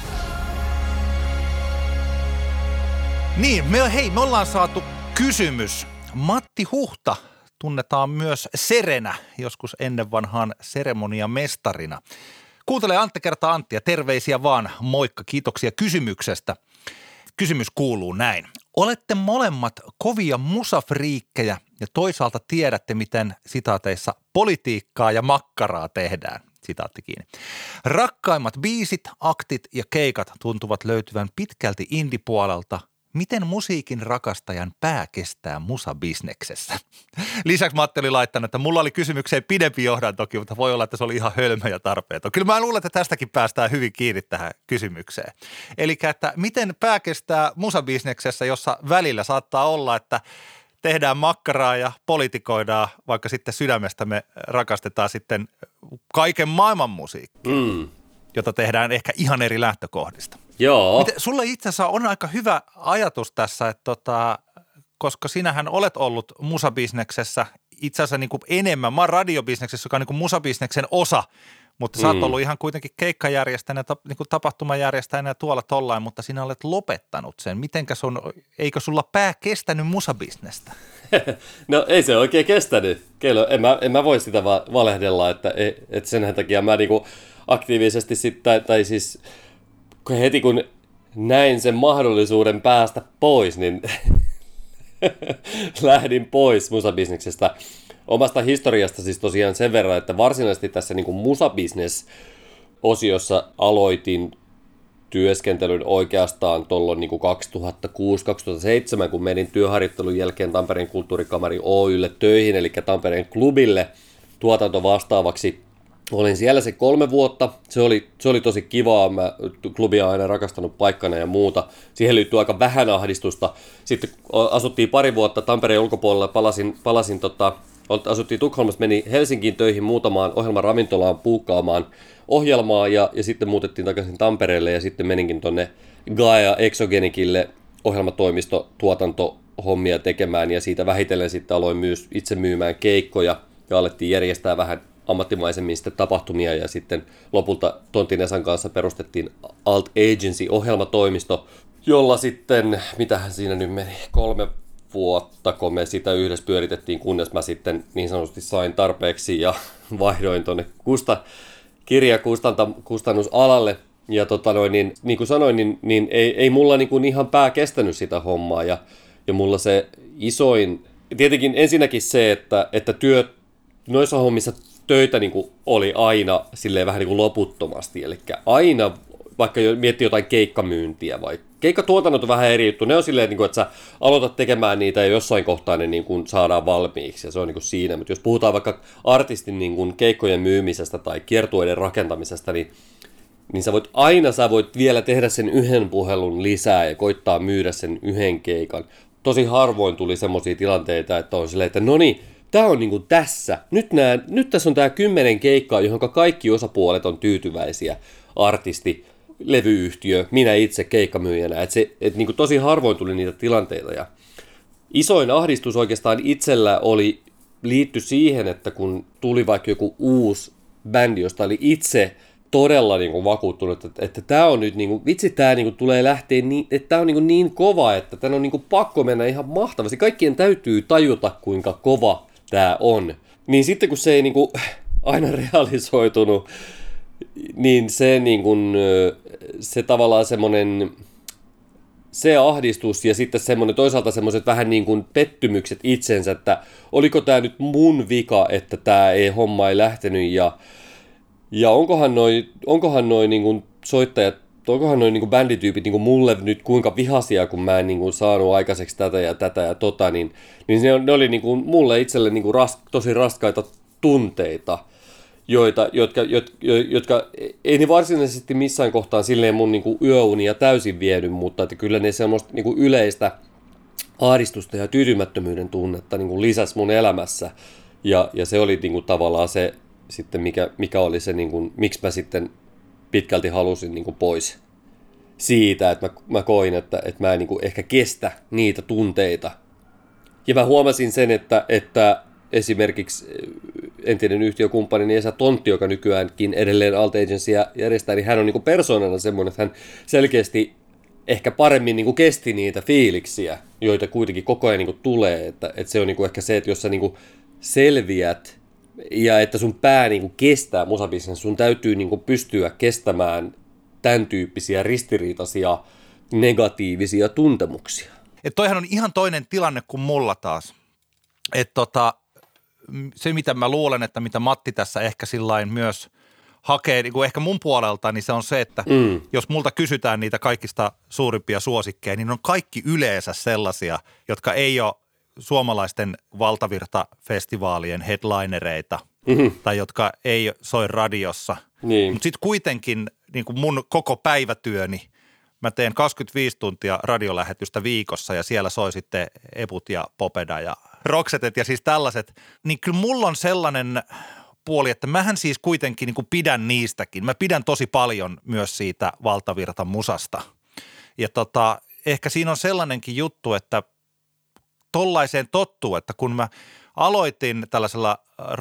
Niin, me ollaan saatu kysymys. Matti Huhta tunnetaan myös Serenä, joskus ennen vanhaan seremoniamestarina. Kuuntelee Antti kertaa Anttia, terveisiä vaan, moikka, kiitoksia kysymyksestä. Kysymys kuuluu näin. Olette molemmat kovia musafriikkejä ja toisaalta tiedätte, miten sitaateissa politiikkaa ja makkaraa tehdään. Sitaatti kiinni. Rakkaimmat biisit, aktit ja keikat tuntuvat löytyvän pitkälti indie-puolelta. Miten musiikin rakastajan pää kestää musabisneksessä? Lisäksi Matti oli laittanut, että mulla oli kysymykseen pidempi johdantoki, mutta voi olla, että se oli ihan hölmö ja tarpeeton. Kyllä mä luulen, että tästäkin päästään hyvin kiinni tähän kysymykseen. Eli että miten pää kestää musabisneksessä, jossa välillä saattaa olla, että tehdään makkaraa ja politikoidaan, vaikka sitten sydämestä me rakastetaan sitten kaiken maailman musiikkia, jota tehdään ehkä ihan eri lähtökohdista. Joo. Sulla itse asiassa on aika hyvä ajatus tässä, että koska sinähän olet ollut musabisneksessä itse asiassa niin kuin enemmän. Mä oon radiobisneksessä, joka on niin kuin musabisneksen osa, mutta sä oot ollut ihan kuitenkin keikkajärjestäjänä, niin kuin tapahtumajärjestäjänä ja tuolla tollain, mutta sinä olet lopettanut sen. Eikö sulla pää kestänyt musabisnestä? No ei se oikein kestänyt. En mä voi sitä valehdella, että sen takia mä niinku aktiivisesti sitten, tai siis heti kun näin sen mahdollisuuden päästä pois, niin lähdin pois musabisneksestä. Omasta historiasta siis tosiaan sen verran, että varsinaisesti tässä niin kuin musabisnes-osiossa aloitin työskentelyn oikeastaan tuolloin niin 2006-2007, kun menin työharjoittelun jälkeen Tampereen kulttuurikamari Oy:lle töihin, eli Tampereen klubille tuotantovastaavaksi. Olin siellä se 3 vuotta, se oli tosi kivaa, mä klubia aina rakastanut paikkana ja muuta. Siihen liittyy aika vähän ahdistusta. Sitten asuttiin 2 vuotta Tampereen ulkopuolella, asuttiin Tukholmassa, meni Helsinkiin töihin muutamaan ohjelmaravintolaan puukkaamaan ohjelmaa ja sitten muutettiin takaisin Tampereelle ja sitten meninkin tonne Gaia Exogenicille ohjelmatoimisto tuotantohommia tekemään ja siitä vähitellen sitten aloin myös itse myymään keikkoja ja alettiin järjestää vähän ammattimaisemmin sitten tapahtumia ja sitten lopulta Tontin Esan kanssa perustettiin Alt Agency-ohjelmatoimisto, jolla sitten, mitähän siinä nyt meni, 3 vuotta, kun me sitä yhdessä pyöritettiin, kunnes mä sitten niin sanotusti sain tarpeeksi ja vaihdoin tuonne kirjakustannusalalle. Ja niin kuin sanoin, niin ei mulla niin kuin ihan pää kestänyt sitä hommaa ja mulla se isoin, tietenkin ensinnäkin se, että noissa hommissa töitä niin kuin oli aina silleen vähän niin kuin loputtomasti, eli aina vaikka miettii jotain keikkamyyntiä vai keikkatuotannot on vähän eri juttu, ne on silleen, että sä aloitat tekemään niitä ja jossain kohtaa ne niin kuin saadaan valmiiksi ja se on niin kuin siinä, mutta jos puhutaan vaikka artistin niin kuin keikkojen myymisestä tai kiertueiden rakentamisesta, niin sä voit vielä tehdä sen yhden puhelun lisää ja koittaa myydä sen yhden keikan. Tosi harvoin tuli semmoisia tilanteita, että on silleen, että no niin, tää on niinku tässä. Nyt tässä on tää 10 keikkaa, johon kaikki osapuolet on tyytyväisiä. Artisti, levyyhtiö, minä itse keikkamyyjänä. Et niinku tosi harvoin tuli niitä tilanteita. Ja isoin ahdistus oikeastaan itsellä liittyi siihen, että kun tuli vaikka joku uusi bändi, josta oli itse todella niinku vakuuttunut, että tämä on nyt niinku, vitsi tää niinku tulee lähteä niin, että tää on niinku niin kova, että tän on niinku pakko mennä ihan mahtavasti. Kaikkien täytyy tajuta, kuinka kova tää on. Niin sitten kun se ei niinku aina realisoitunut, niin se niinku, se tavallaan semmonen se ahdistus ja sitten toisaalta semmoiset vähän niin kuin pettymykset itsensä, että oliko tää nyt mun vika, että tää homma ei lähtenyt ja onkohan noi niin kuin soittajat, onkohan noi niin kuin bändityypit niin kuin mulle nyt kuinka vihaisia, kun mä en niin kuin saanut aikaiseksi tätä ja tota, niin ne oli niin kuin mulle itselle niin kuin tosi raskaita tunteita, jotka ei ne varsinaisesti missään kohtaan silleen mun niin kuin yöunia täysin vienyt, mutta että kyllä ne semmoista niin kuin yleistä ahdistusta ja tyytymättömyyden tunnetta niin kuin lisäsi mun elämässä ja se oli niin kuin tavallaan se sitten mikä oli se, niin kuin, miksi mä sitten pitkälti halusin niin kuin pois siitä, että mä koin, että mä en niin kuin ehkä kestä niitä tunteita. Ja mä huomasin sen, että esimerkiksi entinen yhtiökumppani Esa Tontti, joka nykyäänkin edelleen Alt Agencya järjestää, niin hän on niin kuin persoonana semmoinen, että hän selkeästi ehkä paremmin niin kuin kesti niitä fiiliksiä, joita kuitenkin koko ajan niin kuin tulee. Että se on niin kuin ehkä se, että jos sä niin kuin selviät, ja että sun pää niinku kestää musabisnes, sun täytyy niinku pystyä kestämään tämän tyyppisiä ristiriitaisia negatiivisia tuntemuksia. Että toihan on ihan toinen tilanne kuin mulla taas. Että se, mitä mä luulen, että mitä Matti tässä ehkä sillain myös hakee, niin kuin ehkä mun puolelta, niin se on se, että jos multa kysytään niitä kaikista suurimpia suosikkeja, niin on kaikki yleensä sellaisia, jotka ei ole suomalaisten valtavirtafestivaalien headlinereita tai jotka ei soi radiossa. Niin. Mutta sitten kuitenkin niin kuin mun koko päivätyöni, mä teen 25 tuntia radiolähetystä viikossa ja siellä soi sitten Eput ja Popeda ja Roxetet ja siis tällaiset. Niin kyllä mulla on sellainen puoli, että mähän siis kuitenkin niin kuin pidän niistäkin. Mä pidän tosi paljon myös siitä valtavirtan musasta. Ja ehkä siinä on sellainenkin juttu, että tollaiseen tottuu, että kun mä aloitin tällaisella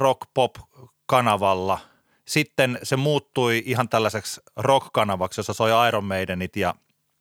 rock-pop-kanavalla, sitten se muuttui ihan tällaiseksi rock-kanavaksi, jossa soi Iron Maidenit ja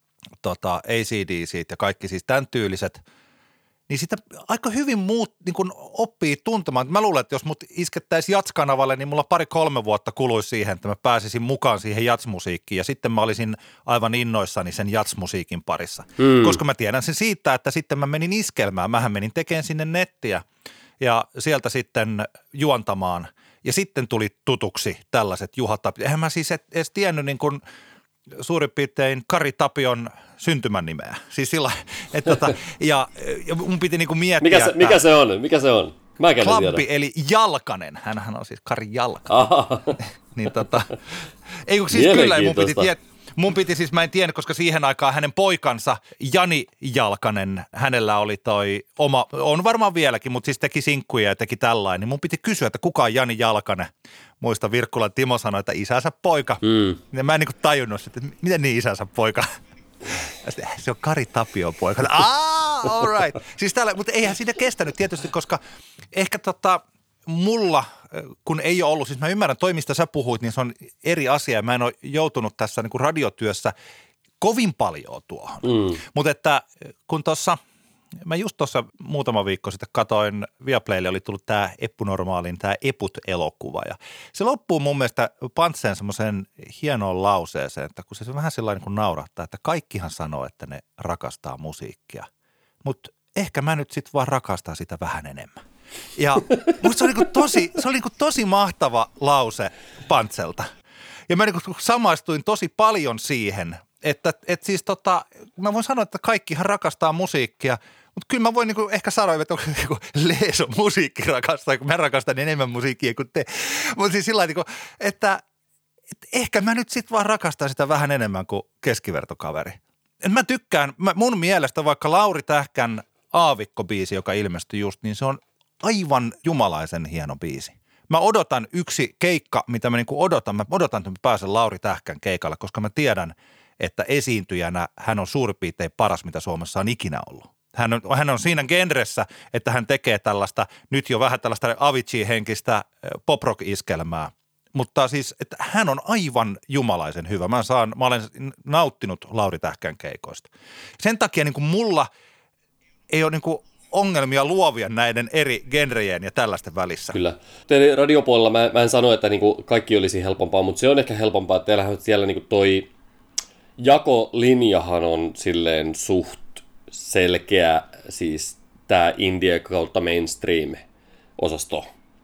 AC/DCt ja kaikki siis tämän tyyliset, niin sitä aika hyvin niin kun oppii tuntemaan. Mä luulen, että jos mut iskettäisiin Jats-kanavalle, niin mulla 2-3 vuotta kuluisi siihen, että mä pääsisin mukaan siihen Jats-musiikkiin ja sitten mä olisin aivan innoissani sen Jats-musiikin parissa. Koska mä tiedän sen siitä, että sitten mä menin iskelmään, mähän menin tekemään sinne nettiä ja sieltä sitten juontamaan ja sitten tuli tutuksi tällaiset Juha Tapio. Eihän mä siis edes tiennyt niin kuin suurin piirtein Kari Tapion syntymän nimeä. Siis sillä, että ja mun piti niinku miettiä, mikä se on? Mikä se on? Mä en Klampi, eli Jalkanen. Hänhän on siis Kari Jalkanen. Niin ei kun siis kyllä, mun piti siis, mä en tiennyt, koska siihen aikaan hänen poikansa Jani Jalkanen, hänellä oli toi oma, on varmaan vieläkin, mutta siis teki sinkkuja ja teki tällainen, niin mun piti kysyä, että kuka on Jani Jalkanen. Muista Virkkulan Timo sanoi, että isänsä poika. Ja mä en niin kuin tajunnut, että miten niin isänsä poika. Se on Kari Tapion poika. All right. Siis mutta eihän siinä kestänyt tietysti, koska ehkä mulla, kun ei ole ollut, siis mä ymmärrän, toi mistä sä puhuit, niin se on eri asia. Mä en ole joutunut tässä niin kuin radiotyössä kovin paljon tuohon. Mutta että kun mä just tuossa muutama viikko sitten katoin, Viaplaylle oli tullut tämä Eppu Normaalin, tämä Eput-elokuva. Ja se loppuu mun mielestä Pantseen semmoiseen hienoon lauseeseen, että kun se vähän sellainen kuin naurahtaa, että kaikkihan sanoo, että ne rakastaa musiikkia. Mutta ehkä mä nyt sitten vaan rakastan sitä vähän enemmän. Ja musta se oli tosi mahtava lause Pantselta. Ja mä samaistuin tosi paljon siihen, että siis mä voin sanoa, että kaikkihan rakastaa musiikkia, mutta kyllä mä voin ehkä sanoa, että onko Leeso musiikki rakastaa, kun mä rakastan enemmän musiikkia kuin te. Mutta siis sillä tavalla, että ehkä mä nyt sit vaan rakastan sitä vähän enemmän kuin keskivertokaveri. Et mä tykkään, mun mielestä vaikka Lauri Tähkän Aavikko-biisi, joka ilmestyi just, niin se on aivan jumalaisen hieno biisi. Mä odotan yksi keikka, mitä mä odotan. Mä odotan, että mä pääsen Lauri Tähkän keikalle, koska mä tiedän, että esiintyjänä hän on suurin piirtein paras, mitä Suomessa on ikinä ollut. Hän on siinä genressä, että hän tekee tällaista, nyt jo vähän tällaista Avicii-henkistä pop-rock-iskelmää. Mutta siis, että hän on aivan jumalaisen hyvä. Mä olen nauttinut Lauri Tähkän keikoista. Sen takia niin kuin mulla ei ole niin kuin ongelmia luovia näiden eri genrejen ja tällaisten välissä. Kyllä. Teidän radiopuolella mä en sano, että niinku kaikki olisi helpompaa, mutta se on ehkä helpompaa, että teillähän siellä niinku toi jakolinjahan on silleen suht selkeä, siis tää indie kautta mainstream-osasto.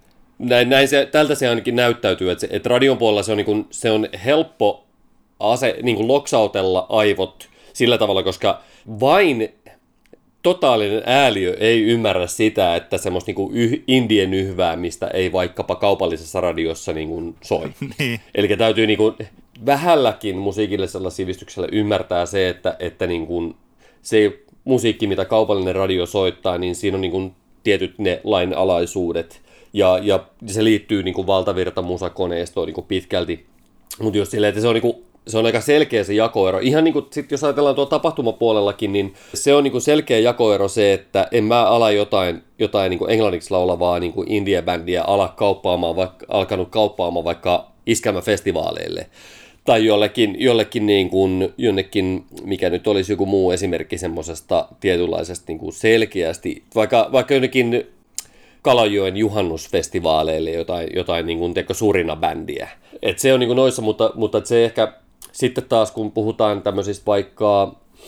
Tältä se ainakin näyttäytyy, että radion puolella se on helppo niinku loksautella aivot sillä tavalla, koska vain totaalinen ääliö ei ymmärrä sitä, että semmoista niinku indien yhväämistä ei vaikkapa kaupallisessa radiossa niinku soi. Niin. Eli täytyy niinku vähälläkin musiikillisella sivistyksellä ymmärtää se, että niinku se musiikki, mitä kaupallinen radio soittaa, niin siinä on niinku tietyt ne lainalaisuudet. Ja se liittyy niinku valtavirtamusakoneistoon niinku pitkälti. Mutta just silleen, että se on aika selkeä se jakoero. Ihan niin kuin sit jos ajatellaan tuolla tapahtumapuolellakin, niin se on niin kuin selkeä jakoero se, että en mä ala jotain niin kuin englanniksi laulavaa niin kuin indie-bändiä alkanut kauppaamaan vaikka iskelmäfestivaaleille. Tai jollekin niin kuin, jonnekin, mikä nyt olisi joku muu esimerkki semmoisesta tietynlaisesta niin kuin selkeästi, vaikka jonnekin Kalajoen juhannusfestivaaleille jotain niin kuin Surina-bändiä. Et se on niin kuin noissa, mutta se ehkä sitten taas kun puhutaan tämmöisistä vaikka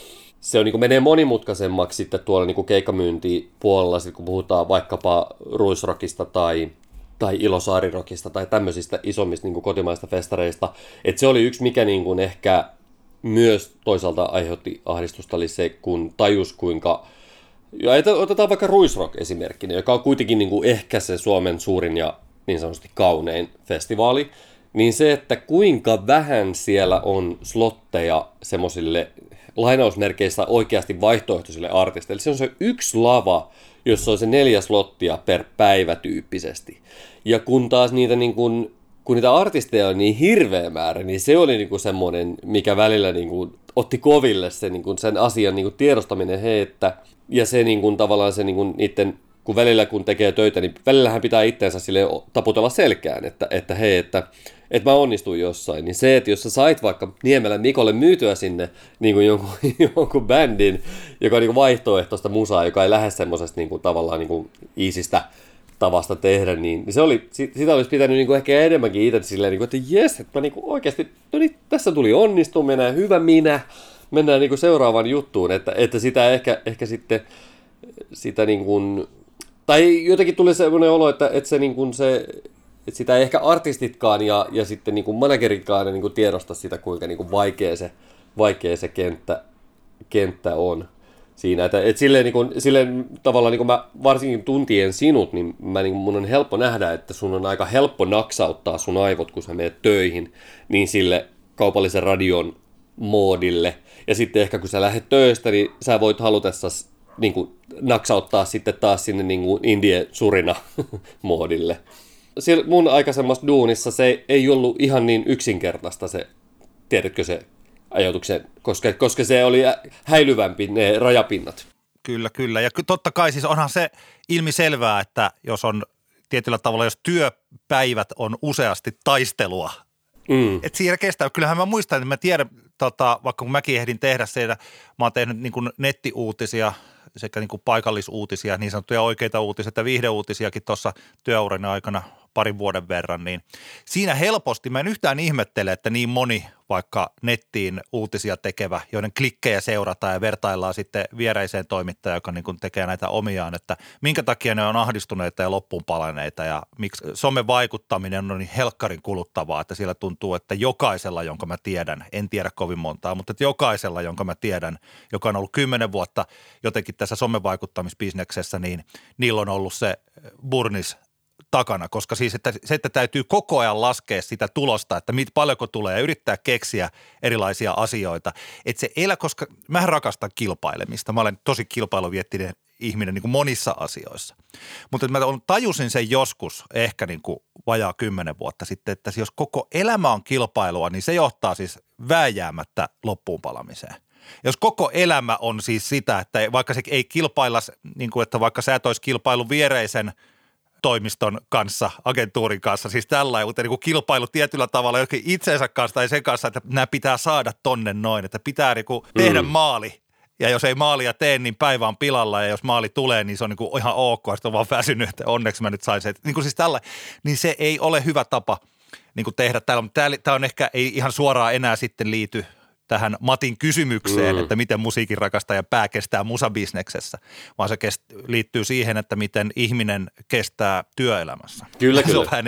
se on, niin kuin menee monimutkaisemmaksi sitten tuolla niin kuin keikkamyyntipuolella, sit kun puhutaan vaikkapa Ruisrockista tai Ilosaarirokista tai tämmöisistä isommista niin kuin kotimaista festareista. Et se oli yksi, mikä niin kuin ehkä myös toisaalta aiheutti ahdistusta, oli se, kun tajus kuinka... Ja otetaan vaikka Ruisrock esimerkkinä, joka on kuitenkin niin kuin ehkä se Suomen suurin ja niin sanotusti kaunein festivaali, niin se, että kuinka vähän siellä on slotteja semmoisille lainausmerkeissä oikeasti vaihtoehtoisille artisteille. Se on se yksi lava, jossa on se 4 slottia per päivä tyyppisesti. Ja kun taas niitä, niin kun niitä artisteja on niin hirveä määrä, niin se oli niin kuin semmoinen, mikä välillä niin kuin otti koville se, niin kuin sen asian niin kuin tiedostaminen, ja se niin kuin, tavallaan se niin kuin niiden, kun välillä kun tekee töitä, niin välillähän pitää itseensä silleen taputella selkään, että mä onnistuin jossain. Niin se, että jos sä sait vaikka Niemelän Mikolle myytyä sinne niin kuin jonkun bändin, joka on niin kuin vaihtoehtoista musaa, joka ei lähde semmoisesta niin kuin, tavallaan niin kuin easystä tavasta tehdä, niin sitä olisi pitänyt niin kuin ehkä enemmänkin itse silleen, niin kuin, että jes, että mä niin kuin oikeasti, no niin, tässä tuli onnistuminen, hyvä minä, mennään niin kuin seuraavaan juttuun, että sitä ehkä sitten sitä niin kuin, tai jotenkin tuli sellainen olo, että se niin kuin se, että sitä ei ehkä artistitkaan ja sitten niin kuin manageritkaan niin kuin tiedosta sitä, kuinka niin kuin vaikea se kenttä on siinä. Että silleen tavallaan niin kuin mä varsinkin tuntien sinut, niin mun on helppo nähdä, että sun on aika helppo naksauttaa sun aivot, kun sä menet töihin, niin sille kaupallisen radion moodille. Ja sitten ehkä kun sä lähdet töistä, niin sä voit halutessasi niin kuin naksauttaa sitten taas sinne niin kuin indie-surina moodille. Siellä mun aikaisemmassa duunissa se ei ollut ihan niin yksinkertaista se, tiedätkö se ajatuksen, koska se oli häilyvämpi ne rajapinnat. Kyllä. Ja totta kai siis onhan se ilmiselvää, että jos on tietyllä tavalla, jos työpäivät on useasti taistelua, että siinä kestää. Kyllähän mä muistan, että mä tiedän, vaikka kun mäkin ehdin tehdä siellä, mä oon tehnyt niin kuin nettiuutisia sekä niin kuin paikallisuutisia, niin sanottuja oikeita uutisia että viihdeuutisiakin tuossa työuran aikana parin vuoden verran, niin siinä helposti, mä en yhtään ihmettele, että niin moni vaikka nettiin uutisia tekevä, joiden klikkejä seurataan ja vertaillaan sitten viereiseen toimittajaan, joka niin kuin tekee näitä omiaan, että minkä takia ne on ahdistuneita ja loppuun palaneita ja miksi somen vaikuttaminen on niin helkkarin kuluttavaa, että siellä tuntuu, että jokaisella, jonka mä tiedän, en tiedä kovin montaa, mutta että jokaisella, jonka mä tiedän, joka on ollut 10 vuotta jotenkin tässä somen vaikuttamisbisneksessä, niin niillä on ollut se burnis takana, koska siis että täytyy koko ajan laskea sitä tulosta, että paljonko tulee ja yrittää keksiä erilaisia asioita. Että se elä, koska mä rakastan kilpailemista. Mä olen tosi kilpailuviettinen ihminen niin kuin monissa asioissa. Mutta mä tajusin sen joskus ehkä niin kuin vajaa 10 vuotta sitten, että jos koko elämä on kilpailua, niin se johtaa siis vääjäämättä loppuun palamiseen. Jos koko elämä on siis sitä, että vaikka se ei kilpailla, niin kuin että vaikka sä et olisi kilpailu viereisen toimiston kanssa, agentuurin kanssa, siis tällainen, mutta niin kuin kilpailu tietyllä tavalla jokin itsensä kanssa tai sen kanssa, että nämä pitää saada tonne noin, että pitää niin kuin tehdä maali. Ja jos ei maalia tee, niin päivä on pilalla ja jos maali tulee, niin se on niin kuin ihan ok, sitten on vaan väsynyt, että onneksi mä nyt sain se. Niin kuin siis tällainen, niin se ei ole hyvä tapa niin kuin tehdä täällä, mutta tämä on ehkä ei ihan suoraan enää sitten liity tähän Matin kysymykseen, että miten musiikin rakastajan pää kestää musabisneksessä, vaan se liittyy siihen, että miten ihminen kestää työelämässä. Kyllä. Se on vähän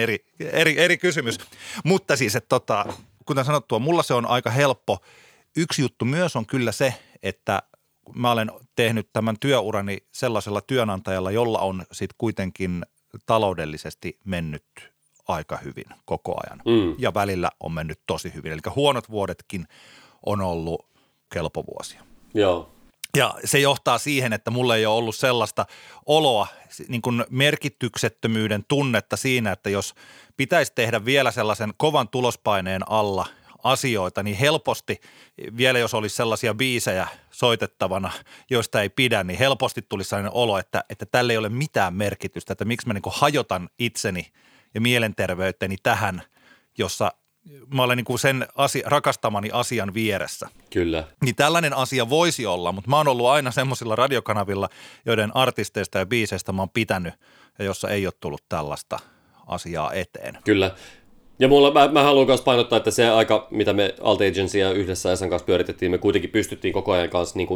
eri kysymys. Mutta siis, että kuten sanottua, mulla se on aika helppo. Yksi juttu myös on kyllä se, että mä olen tehnyt tämän työurani sellaisella työnantajalla, jolla on sitten kuitenkin taloudellisesti mennyt aika hyvin koko ajan. Ja välillä on mennyt tosi hyvin. Eli huonot vuodetkin on ollut kelpovuosia. Joo. Ja se johtaa siihen, että mulla ei ole ollut sellaista oloa, niin kuin merkityksettömyyden tunnetta siinä, että jos pitäisi tehdä vielä sellaisen kovan tulospaineen alla asioita, niin helposti vielä jos olisi sellaisia biisejä soitettavana, joista ei pidä, niin helposti tulisi sellainen olo, että tällä ei ole mitään merkitystä, että miksi mä niin kuin hajotan itseni ja mielenterveyteni tähän, jossa mä olen niin kuin sen rakastamani asian vieressä. Kyllä. Niin tällainen asia voisi olla, mutta mä oon ollut aina semmoisilla radiokanavilla, joiden artisteista ja biiseistä mä oon pitänyt ja jossa ei ole tullut tällaista asiaa eteen. Kyllä. Ja mä haluan myös painottaa, että se aika, mitä me Alt Agency ja yhdessä Esan kanssa pyöritettiin, me kuitenkin pystyttiin koko ajan kanssa niin kuin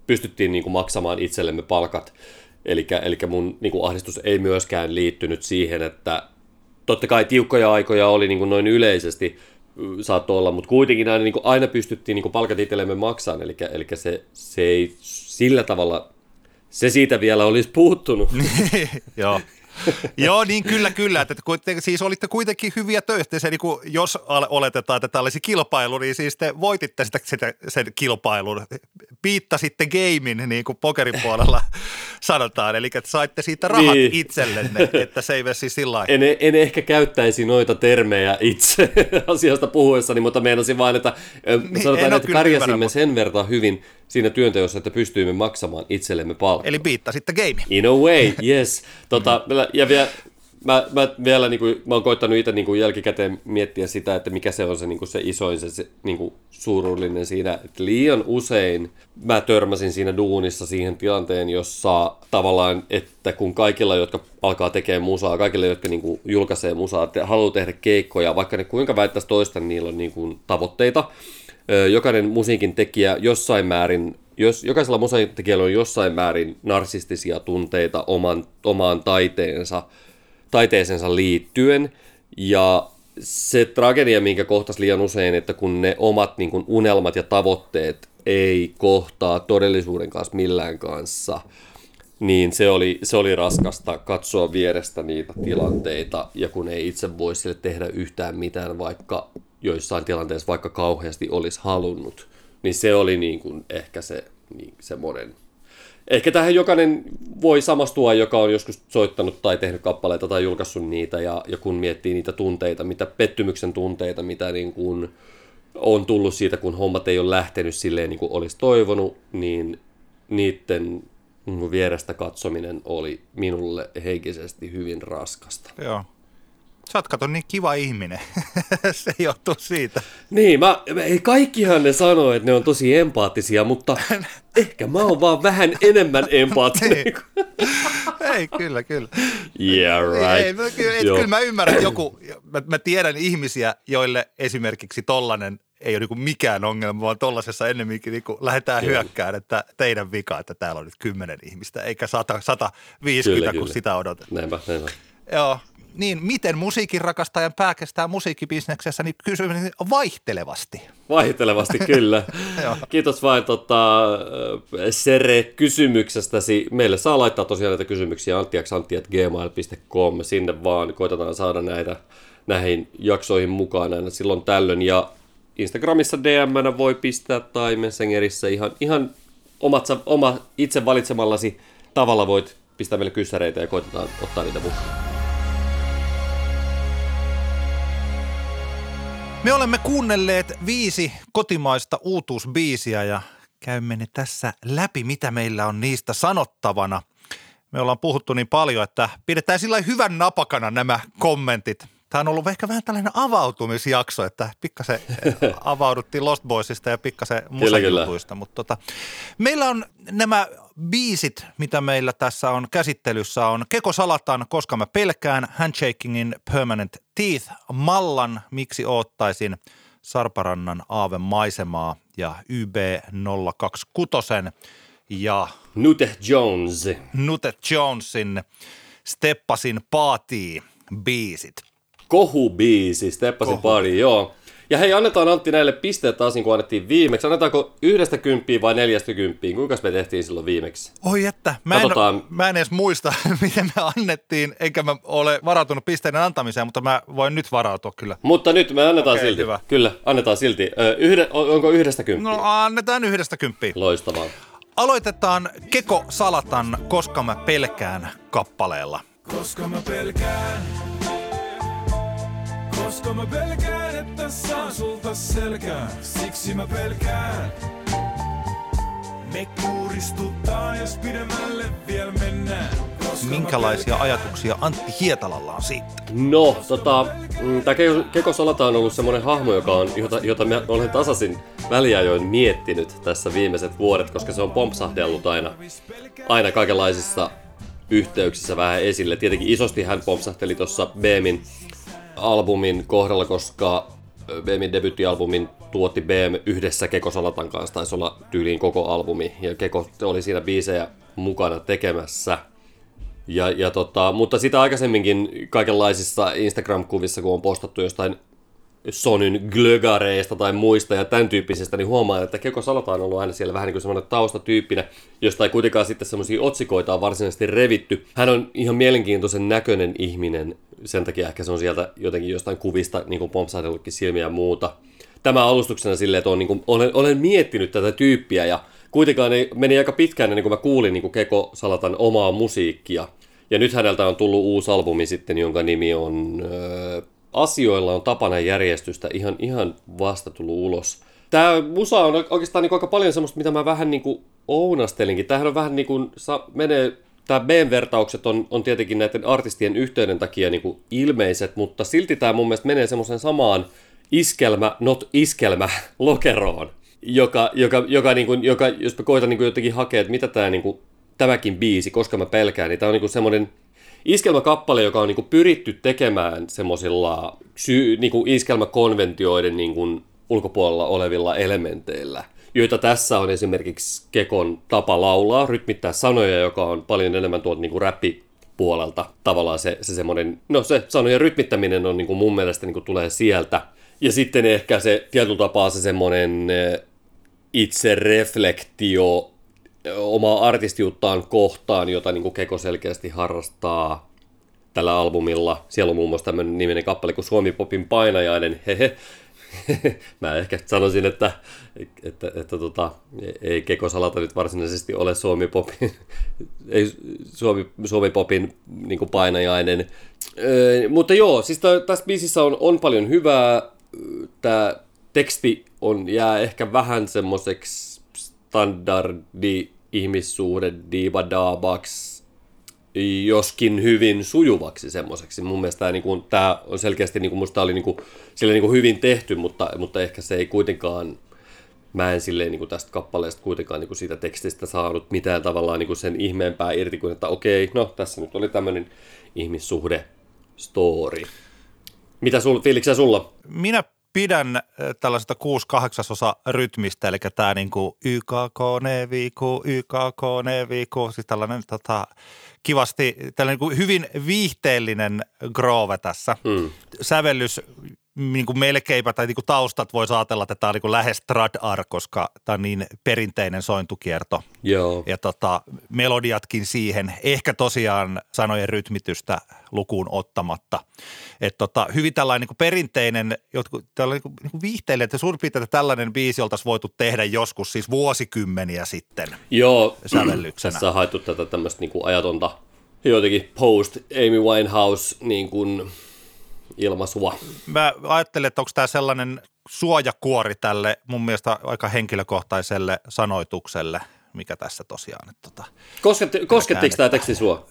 pystyttiin niin kuin maksamaan itsellemme palkat. Eli mun niin kuin ahdistus ei myöskään liittynyt siihen, että totta kai tiukkoja aikoja oli niin kuin noin yleisesti saattoi olla, mutta kuitenkin aina pystyttiin niin kuin palkat itsellemme maksamaan, eli se ei sillä tavalla, se siitä vielä olisi puuttunut. Joo. Joo, niin kyllä. Että siis olitte kuitenkin hyviä töistä. Se, niin kuin, jos oletetaan, että tämä olisi kilpailu, niin siis te voititte sen kilpailun. Piittasitte gamein, niin kuin pokerin puolella sanotaan. Eli että saitte siitä rahat itsellenne, että se ei mene siis sillä lailla. En ehkä käyttäisi noita termejä itse asiasta puhuessani, mutta meinasin vain, että sanotaan, että pärjäsimme sen verran hyvin siinä työnteossa, että pystyimme maksamaan itsellemme palkkaa. Eli piittasitte gamein. In a way, yes. Ja mä vielä mä oon koittanut itse jälkikäteen miettiä sitä, että mikä se on se se isoin se suurullinen siinä, että liian usein mä törmäsin siinä duunissa siihen tilanteen, jossa tavallaan, että kun kaikilla, jotka alkaa tekemään musaa, kaikilla, jotka julkaisee musaa, haluaa tehdä keikkoja, vaikka ne kuinka väittäisi toista, niin niillä on tavoitteita. Jokainen musiikin tekijä jossain määrin, jokaisella musiikin tekijällä on jossain määrin narsistisia tunteita omaan taiteeseensa liittyen, ja se tragedia, minkä kohtasi liian usein, että kun ne omat unelmat ja tavoitteet ei kohtaa todellisuuden kanssa millään kanssa, niin se oli raskasta katsoa vierestä niitä tilanteita, ja kun ei itse voi sille tehdä yhtään mitään, vaikka joissain tilanteissa vaikka kauheasti olisi halunnut, niin se oli ehkä se semmoinen. Ehkä tähän jokainen voi samastua, joka on joskus soittanut tai tehnyt kappaleita tai julkaissut niitä, ja kun miettii niitä tunteita, pettymyksen tunteita, mitä on tullut siitä, kun hommat ei ole lähtenyt silleen niin kuin olisi toivonut, niin niiden vierestä katsominen oli minulle henkisesti hyvin raskasta. Joo. Sä oot kato niin kiva ihminen. Se johtuu siitä. Niin, kaikkihan ne sanoo, että ne on tosi empaattisia, mutta ehkä mä oon vaan vähän enemmän empaattinen. Ei, kyllä. Yeah, right. Kyllä mä ymmärrän, että mä tiedän ihmisiä, joille esimerkiksi tollanen ei ole mikään ongelma, vaan tollasessa ennemminkin lähdetään hyökkään, että teidän vika, että täällä on nyt 10 ihmistä, eikä 150, kyllä. Kun sitä odotetaan. Näinpä. Joo. Niin, miten musiikin rakastajan pää kestää musiikkibisneksessä, niin kysymys vaihtelevasti. Vaihtelevasti, kyllä. Kiitos vain Sere kysymyksestäsi. Meille saa laittaa tosiaan näitä kysymyksiä anttiaksantti@gmail.com. Sinne vaan koitetaan saada näihin jaksoihin mukaan aina silloin tällöin. Ja Instagramissa DM-nä voi pistää tai Messengerissä ihan oma itse valitsemallasi tavalla voit pistää meille kyssäreitä ja koitetaan ottaa niitä mukaan. Me olemme kuunnelleet 5 kotimaista uutuusbiisiä ja käymme ne tässä läpi, mitä meillä on niistä sanottavana. Me ollaan puhuttu niin paljon, että pidetään sillä hyvän napakana nämä kommentit. Tämä on ollut ehkä vähän tällainen avautumisjakso, että pikkasen avauduttiin Lost Boysista ja pikkasen musajutuista. Mutta meillä on nämä biisit, mitä meillä tässä on käsittelyssä, on Keko Salatan, Koska mä pelkään, Handshakingin Permanent Teeth, Mallan, Miksi oottaisin, Sarparannan Aave maisemaa ja YB026 ja Nute Jonesin Steppasin paatii biisit. Kohubiisi, Steppasin paatii, joo. Ja hei, annetaan Antti näille pisteet taas niin kuin annettiin viimeksi. Annetaanko 1 vai 40? Kuinka me tehtiin silloin viimeksi? Oi että, mä en edes muista, miten me annettiin, eikä mä ole varautunut pisteiden antamiseen, mutta mä voin nyt varautua kyllä. Mutta nyt me annetaan silti. Hyvä. Kyllä, annetaan silti. Onko 1? No annetaan 1. Loistavaa. Aloitetaan Keko Salatan Koska mä pelkään kappaleella. Koska mä pelkään. Koska mä pelkään, että saan sulta selkään, siksi mä pelkään. Me kuuristuttaa, jos pidemmälle vielä mennään. Minkälaisia ajatuksia Antti Hietalalla on siitä? No, tämä Keko Salata on ollut semmoinen hahmo, jota mä olen tasaisin väliajoin miettinyt tässä viimeiset vuodet, koska se on pompsahdellut aina kaikenlaisissa yhteyksissä vähän esille. Tietenkin isosti hän pompsahteli tuossa Beemin albumin kohdalla, koska Beemin debyyttialbumin tuotti BM yhdessä Keko Salatan kanssa, taisi olla tyyliin koko albumi, ja Keko oli siinä biisejä mukana tekemässä. Mutta sitä aikaisemminkin kaikenlaisissa Instagram-kuvissa, kun on postattu jostain Sonyn glögareista tai muista ja tämän tyyppisestä, niin huomaan, että Keko Salata on ollut aina siellä vähän niin kuin semmoinen taustatyyppinä, josta ei kuitenkaan sitten semmoisia otsikoita on varsinaisesti revitty. Hän on ihan mielenkiintoisen näköinen ihminen, sen takia ehkä se on sieltä jotenkin jostain kuvista niin kuin pompsahdellutkin silmiä ja muuta. Tämä alustuksena silleen, että olen miettinyt tätä tyyppiä ja kuitenkaan meni aika pitkään ennen kuin mä kuulin niin kuin Keko Salatan omaa musiikkia. Ja nyt häneltä on tullut uusi albumi sitten, jonka nimi on Asioilla on tapana järjestystä, ihan vasta tullut ulos. Tämä musa on oikeastaan niin aika paljon semmoista, mitä mä vähän niin kuin ounastelinkin. Tämähän on vähän niin kuin, tämä B-vertaukset on tietenkin näiden artistien yhteyden takia niin kuin ilmeiset, mutta silti tämä mun mielestä menee semmoisen samaan iskelmä lokeroon, joka jos mä koitan niin kuin jotenkin hakea, että mitä tämä niin kuin, tämäkin biisi, Koska mä pelkään, niin tämä on niin kuin semmoinen iskelmäkappale, joka on niin kuin pyritty tekemään semmoisilla niin kuin iskelmäkonventioiden niin kuin ulkopuolella olevilla elementeillä, joita tässä on esimerkiksi Kekon tapa laulaa, rytmittää sanoja, joka on paljon enemmän tuolta niin kuin räppipuolelta. Tavallaan se semmoinen, se sanojen rytmittäminen on niin kuin mun mielestä niin kuin tulee sieltä. Ja sitten ehkä se tietyllä tapaa se semmoinen itse reflektio omaa artistiuttaan kohtaan, jota niin kuin Keko selkeästi harrastaa tällä albumilla. Siellä on muun muassa tämmöinen niminen kappale kuin Suomi-popin painajainen. Mä ehkä sanoisin, että ei Keko Salata nyt varsinaisesti ole Suomi-popin niin kuin painajainen. Mutta joo, siis tässä biisissä on paljon hyvää. Tämä teksti jää ehkä vähän semmoiseksi standardi ihmissuhde diva-daabaksi, joskin hyvin sujuvaksi semmoiseksi. Mun mielestä tämä on selkeästi, musta oli sille hyvin tehty, mutta ehkä se ei kuitenkaan, mä en silleen tästä kappaleesta kuitenkaan siitä tekstistä saanut mitään tavallaan sen ihmeempää irti kuin, että okei, no tässä nyt oli tämmöinen ihmissuhde story. Mitä fiiliksiä sulla? Minä pidän tällaisesta 6/8 rytmistä, eli tämä niinku YKK neviku, siis tällainen kivasti, tällainen niinku hyvin viihteellinen groove tässä. Sävellys niinku melkeinpä, tai niinku taustat voisi ajatella, että tämä on niinku lähes trad-ar, koska tämä on niin perinteinen sointukierto. Joo. Ja melodiatkin siihen, ehkä tosiaan sanojen rytmitystä lukuun ottamatta. Että hyvin tällainen niinku perinteinen, tällainen niinku viihteellinen, että suurin piirtein tällainen biisi oltaisiin voitu tehdä joskus, siis vuosikymmeniä sitten. Joo, sävellyksenä. Tässä on haettu tätä tämmöistä niinku ajatonta, jotenkin post Amy Winehouse niin kuin ilmaisua. Mä ajattelen, että onko tämä sellainen suojakuori tälle mun mielestä aika henkilökohtaiselle sanoitukselle, mikä tässä tosiaan. Koskettiko tämä teksti sua?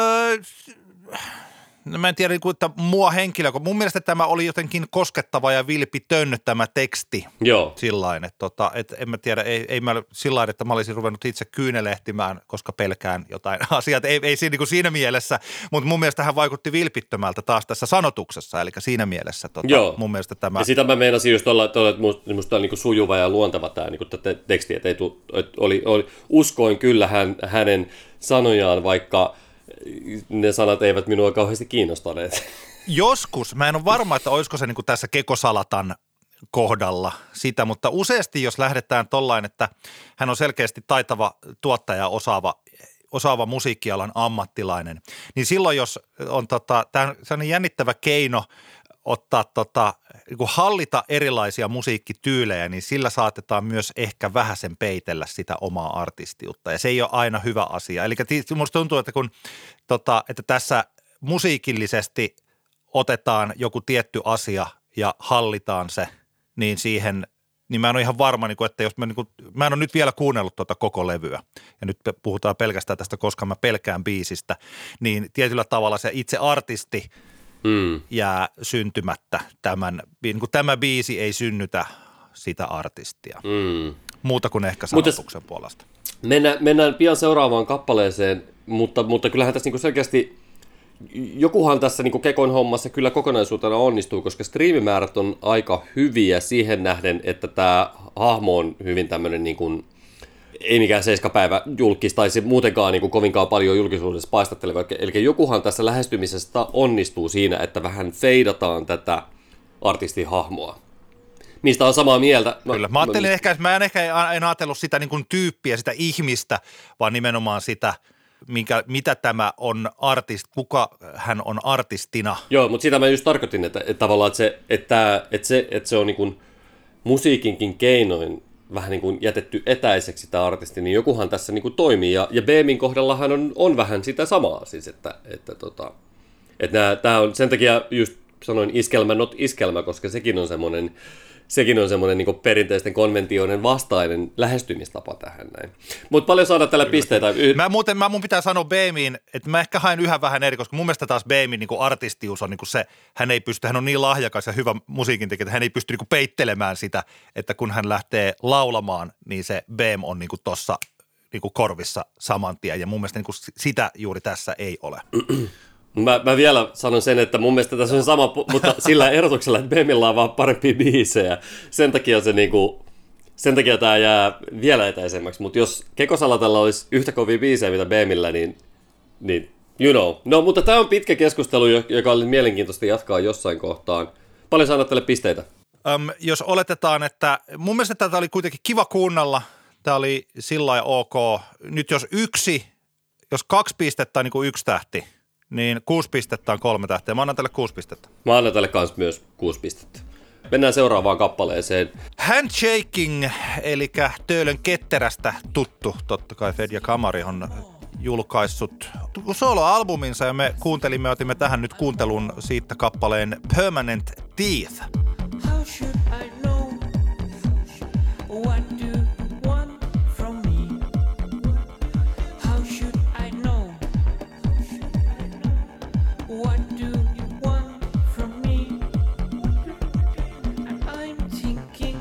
No mä en tiedä, että mua mun mielestä tämä oli jotenkin koskettava ja vilpitön tämä teksti. Joo. Sillain, että en mä tiedä, ei mä sillain, että mä olisin ruvennut itse kyynelehtimään, koska pelkään jotain asiat. Ei siinä mielessä, mutta mun mielestä hän vaikutti vilpittömältä taas tässä sanotuksessa, eli siinä mielessä mun mielestä tämä. Ja sitä mä meinasin just olla, että musta on niin kuin sujuva ja luonteva tämä niin teksti, että uskoin kyllä hänen sanojaan, vaikka ne sanat eivät minua kauheasti kiinnostaneet. Joskus, mä en ole varma, että olisiko se niin kuin tässä Keko Salatan kohdalla sitä, mutta useasti jos lähdetään tollain, että hän on selkeästi taitava tuottaja, osaava musiikkialan ammattilainen, niin silloin jos on tämä on jännittävä keino ottaa niin kuin hallita erilaisia musiikkityylejä, niin sillä saatetaan myös ehkä vähäsen peitellä sitä omaa artistiutta, ja se ei ole aina hyvä asia. Eli musta tuntuu, että että tässä musiikillisesti otetaan joku tietty asia ja hallitaan se, niin siihen, niin mä en ole ihan varma, että jos mä en ole nyt vielä kuunnellut koko levyä, ja nyt puhutaan pelkästään tästä Koska mä pelkään biisistä, niin tietyllä tavalla se itse artisti jää syntymättä. Tämä biisi ei synnytä sitä artistia. Muuta kuin ehkä sanotuksen puolesta. Mennään pian seuraavaan kappaleeseen, mutta kyllähän tässä selkeästi jokuhan tässä niin kuin Kekon hommassa kyllä kokonaisuutena onnistuu, koska striimimäärät on aika hyviä siihen nähden, että tämä hahmo on hyvin tämmöinen niin kuin, ei mikään 7-päivä julkis, tai se muutenkaan niin kuin kovinkaan paljon julkisuudessa paistatteleva. Eli jokuhan tässä lähestymisestä onnistuu siinä, että vähän feidataan tätä artistin hahmoa. Mistä on samaa mieltä. Kyllä. Mä ajattelin en ajatellut sitä niin kuin tyyppiä, sitä ihmistä, vaan nimenomaan sitä, mitä tämä on kuka hän on artistina. Joo, mutta sitä mä just tarkoitin, että tavallaan että se on niin kuin musiikinkin keinoin vähän niin kuin jätetty etäiseksi tämä artisti, niin jokuhan tässä niin kuin toimii. Ja BMin kohdallahan on vähän sitä samaa, siis että tämä on sen takia just sanoin iskelmä, not iskelmä, koska sekin on semmoinen niin kuin perinteisten konventioiden vastainen lähestymistapa tähän näin. Mutta paljon saada tällä pisteitä. Mun pitää sanoa BMiin, että mä ehkä haen yhä vähän eri, koska mun mielestä taas BMin niin kuin artistius on niin kuin se, hän on niin lahjakas ja hyvä musiikintekijä, että hän ei pysty niin kuin peittelemään sitä, että kun hän lähtee laulamaan, niin se BM on niin kuin tossa niin kuin korvissa saman tien. Ja mun mielestä niin kuin sitä juuri tässä ei ole. Mä vielä sanon sen, että mun mielestä tässä on sama, mutta sillä erotuksella, että BMillä on vaan parempia biisejä. Sen takia tämä jää vielä etäisemmäksi. Mutta jos Kekosalatalla olisi yhtä kovia biisejä, mitä BMillä, niin you know. No, mutta tämä on pitkä keskustelu, joka oli mielenkiintoista jatkaa jossain kohtaan. Paljon saadaan tälle pisteitä. Jos oletetaan, että mun mielestä tätä oli kuitenkin kiva kuunnella. Tämä oli sillä ok. Nyt jos 2 pistettä on niin kuin 1 tähti, niin 6 pistettä on 3 tähteä. Mä annan tälle 6 pistettä. Mä annan tälle kans myös 6 pistettä. Mennään seuraavaan kappaleeseen. Handshaking, eli Töölön ketterästä tuttu. Totta kai Fedja Kamari on julkaissut soloalbuminsa ja me otimme tähän nyt kuuntelun siitä kappaleen Permanent Teeth. How should I know what you want from me? How should I know what do you want from me? I'm thinking,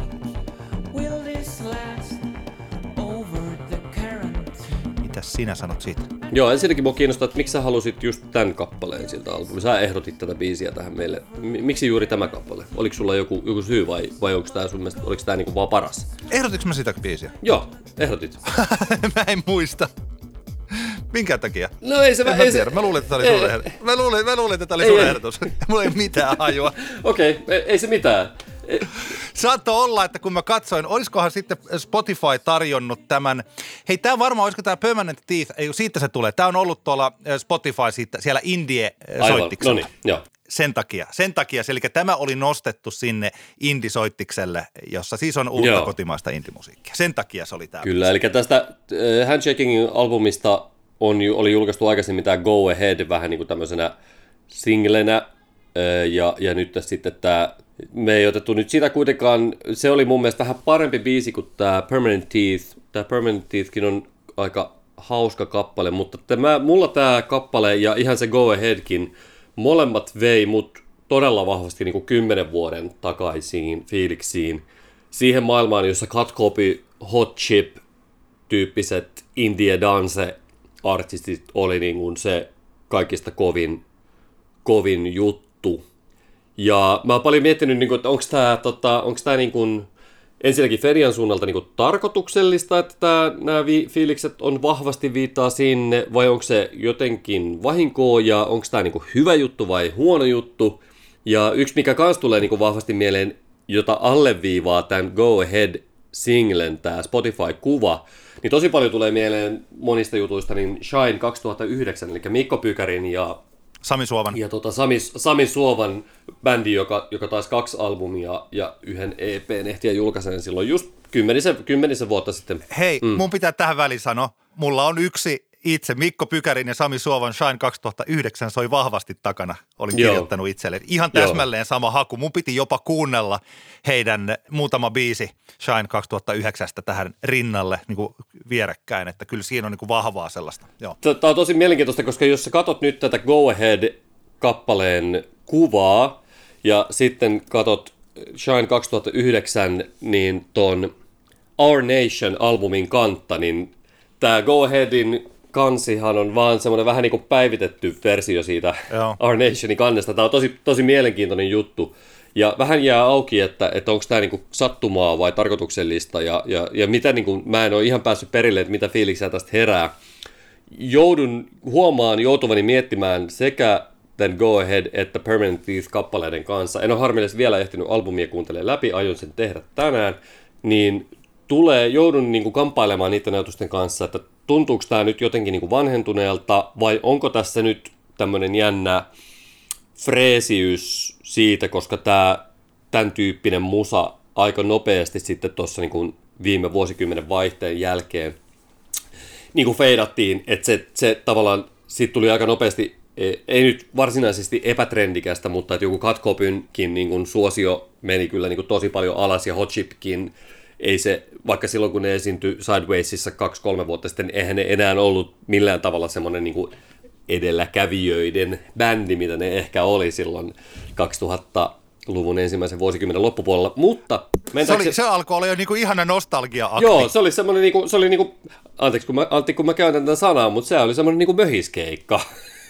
will this last over the current? Mitäs sinä sanot siitä? Joo, ensinnäkin mua kiinnostaa, että miksi sä halusit just tämän kappaleen siltä albumilta. Sä ehdotit tätä biisiä tähän meille. Miksi juuri tämä kappale? Oliko sulla joku syy vai onko tää sun mielestä, oliko tää niinku vaan paras? Ehdotinko mä sitä biisiä? Joo, ehdotit. Mä en muista. Minkä takia? No ei se... Mä luulin, että tämä oli sun ehdotus. Mä luulin, että tämä oli sun ehdotus. Mulla ei mitään hajua. Okei, ei se mitään. Saattoi olla, että kun mä katsoin, olisikohan sitten Spotify tarjonnut tämän. Hei, tämä varmaan, olisiko tämä Permanent Teeth, ei, siitä se tulee. Tämä on ollut tuolla Spotify siellä Indie-soittiksella. Aivan, no niin, joo. Sen takia, eli tämä oli nostettu sinne indie-soittikselle, jossa siis on uutta kotimaista indie-musiikkia. Sen takia se oli tämä. Kyllä, eli tästä Handshakingin albumista oli julkaistu aikaisemmin tämä Go Ahead vähän niin kuin tämmöisenä singlenä, ja nyt sitten tämä, me ei otettu nyt sitä kuitenkaan, se oli mun mielestä vähän parempi biisi kuin tämä Permanent Teeth. Tämä Permanent Teethkin on aika hauska kappale, mutta mulla tämä kappale ja ihan se Go Aheadkin, molemmat vei mut todella vahvasti niin kuin 10 vuoden takaisiin fiiliksiin. Siihen maailmaan, jossa Cut Copy, Hot Chip tyyppiset indie dance artistit oli niin kuin se kaikista kovin juttu. Ja mä oon paljon miettinyt, niin kuin, että onko tämä niin kuin ensinnäkin Ferian suunnalta niin kuin tarkoituksellista, että nämä fiilikset on vahvasti viittaa sinne, vai onko se jotenkin vahinkoa, ja onko tämä niin kuin hyvä juttu vai huono juttu. Ja yksi, mikä kans tulee niin kuin vahvasti mieleen, jota alleviivaa tämän Go Ahead-singlen, tämä Spotify-kuva, niin tosi paljon tulee mieleen monista jutuista, niin Shine 2009, eli Mikko Pykärin ja Sami Suovan. Ja Sami Suovan bändi, joka taisi 2 albumia ja 1 EP:n ehtiä julkaiseen silloin just kymmenisen vuotta sitten. Hei, mun pitää tähän väliin sanoa, mulla on yksi itse, Mikko Pykärin ja Sami Suovan Shine 2009 soi vahvasti takana. Olin kirjoittanut itselleen. Ihan täsmälleen sama haku. Mun piti jopa kuunnella heidän muutama biisi Shine 2009 tähän rinnalle niin kuin vierekkäin, että kyllä siinä on niin kuin vahvaa sellaista. Tämä on tosi mielenkiintoista, koska jos sä katot nyt tätä Go Ahead-kappaleen kuvaa ja sitten katot Shine 2009, niin ton Our Nation-albumin kantta, niin tämä Go Aheadin kansihan on vaan semmoinen vähän niin kuin päivitetty versio siitä Joo. Our Nationin kannesta. Tämä on tosi mielenkiintoinen juttu. Ja vähän jää auki, että onko tämä niinku sattumaa vai tarkoituksellista ja mitä niinku, mä en ole ihan päässyt perille, että mitä fiiliksiä tästä herää. Huomaan joutuvani miettimään sekä Then Go Ahead että Permanent Thief-kappaleiden kanssa. En ole harmillisesti vielä ehtinyt albumia kuuntelemaan läpi, aion sen tehdä tänään. Niin joudun niinku kamppailemaan niiden ajatusten kanssa, että tuntuuko tämä nyt jotenkin niinku vanhentuneelta vai onko tässä nyt tämmöinen jännä freesiys siitä, koska tämän tyyppinen musa aika nopeasti sitten tuossa niin viime vuosikymmenen vaihteen jälkeen niin kuin feidattiin, että se tavallaan siitä tuli aika nopeasti, ei nyt varsinaisesti epätrendikästä, mutta että joku Cut Copynkin niin kuin suosio meni kyllä niin kuin tosi paljon alas ja Hot Chipkin, ei se, vaikka silloin kun ne esiintyi Sidewaysissa 2-3 vuotta sitten, eihän ne enää ollut millään tavalla semmoinen niin kuin edelläkävijöiden bändi, mitä ne ehkä oli silloin 2000-luvun ensimmäisen vuosikymmenen loppupuolella, mutta se alkoi olla jo niinku ihana nostalgia-akti. Joo, se oli semmoinen niinku, anteeksi kun mä käytän tätä sanaa, mutta se oli semmoinen niinku möhiskeikka.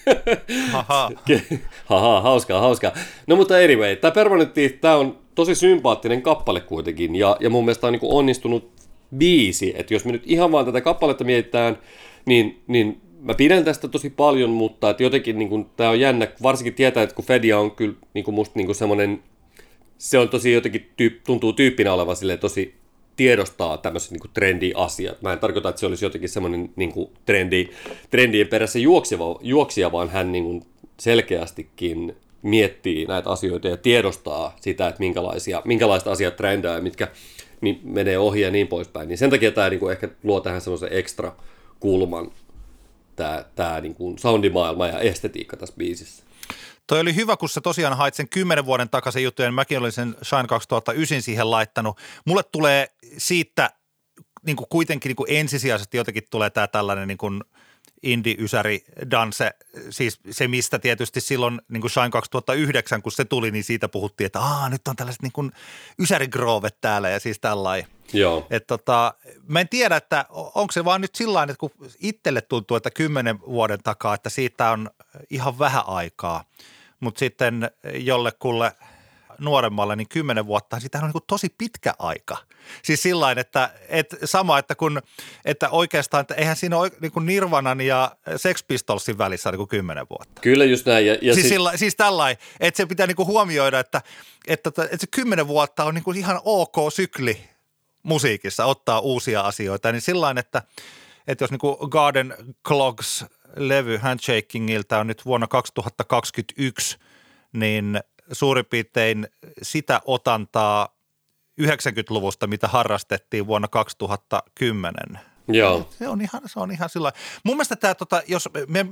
Haha, hauskaa. No mutta anyway, tämä Permanent Thief, tämä on tosi sympaattinen kappale kuitenkin, ja mun mielestä on niinku onnistunut biisi, että jos me nyt ihan vaan tätä kappaletta mietitään, niin mä pidän tästä tosi paljon, mutta että jotenkin niin tämä on jännä, varsinkin tietää, että kun Fedia on kyllä niin musta niin semmoinen, se on tosi jotenkin tuntuu tyyppinä olevan silleen tosi tiedostaa tämmöiset niin trendi-asiat. Mä en tarkoita, että se olisi jotenkin semmoinen niin trendien perässä juoksija, vaan hän niin selkeästikin miettii näitä asioita ja tiedostaa sitä, että minkälaista asiat trendää ja mitkä menee ohi ja niin poispäin. Niin sen takia tämä niin ehkä luo tähän semmoisen ekstra kulman tämä niin kuin soundimaailma ja estetiikka tässä biisissä. Toi oli hyvä, kun sä tosiaan hait sen 10 vuoden takaisin juttujen. Mäkin olin sen Shine 2009 siihen laittanut. Mulle tulee siitä niin kuin kuitenkin niin kuin ensisijaisesti jotenkin tulee tämä tällainen niin kuin indie-ysäri danse, siis se mistä tietysti silloin niin kuin Shine 2009, kun se tuli, niin siitä puhuttiin, että nyt on tällaiset niin kuin ysärigroovet täällä ja siis tällainen. Joo. Mä en tiedä, että onko se vaan nyt sillain, että kun itselle tuntuu, että 10 vuoden takaa, että siitä on ihan vähän aikaa, mutta sitten jollekulle nuoremmalle, niin 10 vuotta, siitä on niin kuin tosi pitkä aika. Siis sillain, että oikeastaan, että eihän siinä ole niin kuin Nirvanan ja Sex Pistolsin välissä niin kuin 10 vuotta. Kyllä just näin. Siis tällainen, että se pitää niin kuin huomioida, että se 10 vuotta on niin kuin ihan ok sykli musiikissa ottaa uusia asioita, niin sillain, että jos niin kuin Garden Clogs-levy Handshakingilta on nyt vuonna 2021, niin suurin piirtein sitä otantaa 90-luvusta, mitä harrastettiin vuonna 2010. Joo. Se on ihan sillä. Mun mielestä tämä, jos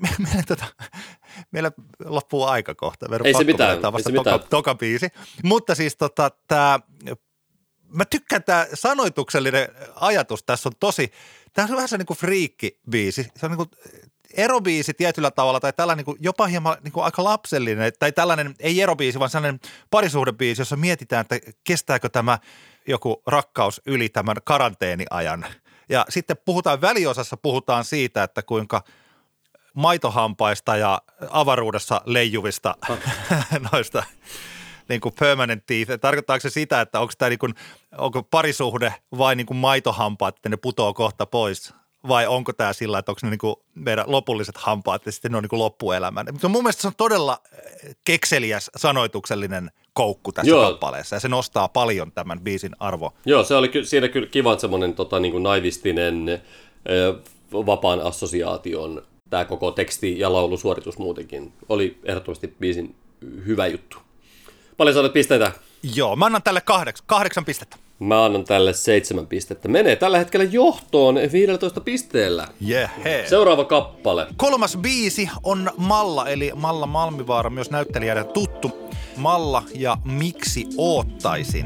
meillä loppuu aika kohta. Ei se mitään. Toka biisi. Mutta siis tämä, mä tykkään tämä sanoituksellinen ajatus tässä on tämä on vähän se niin kuin friikki-biisi. Se on niin kuin erobiisi tietyllä tavalla tai tällainen niin kuin jopa hieman niin kuin aika lapsellinen tai tällainen, ei erobiisi, vaan sellainen parisuhdebiisi, jossa mietitään, että kestääkö tämä joku rakkaus yli tämän karanteeniajan. Ja sitten väliosassa puhutaan siitä, että kuinka maitohampaista ja avaruudessa leijuvista noista niin kuin Permanent Thief. Tarkoittaako se sitä, että onko tämä niin kuin, onko parisuhde vai niin kuin maitohampaat, että ne putoo kohta pois? Vai onko tämä sillä, että onko ne niin kuin meidän lopulliset hampaat ja sitten ne on niin kuin loppuelämän? Mun mielestä se on todella kekseliäs sanoituksellinen koukku tässä kappaleessa ja se nostaa paljon tämän biisin arvoa. Joo, se oli siinä kyllä kiva semmoinen niin kuin naivistinen vapaan assosiaation tämä koko teksti ja laulusuoritus muutenkin. Oli ehdottomasti biisin hyvä juttu. Paljon sä olet pisteitä? Joo, mä annan tälle 8 pistettä. Mä annan tälle 7 pistettä. Menee tällä hetkellä johtoon 15 pisteellä. Seuraava kappale. 3. biisi on Malla, eli Malla Malmivaara, myös näyttelijänä tuttu. Malla ja Miksi oottaisin.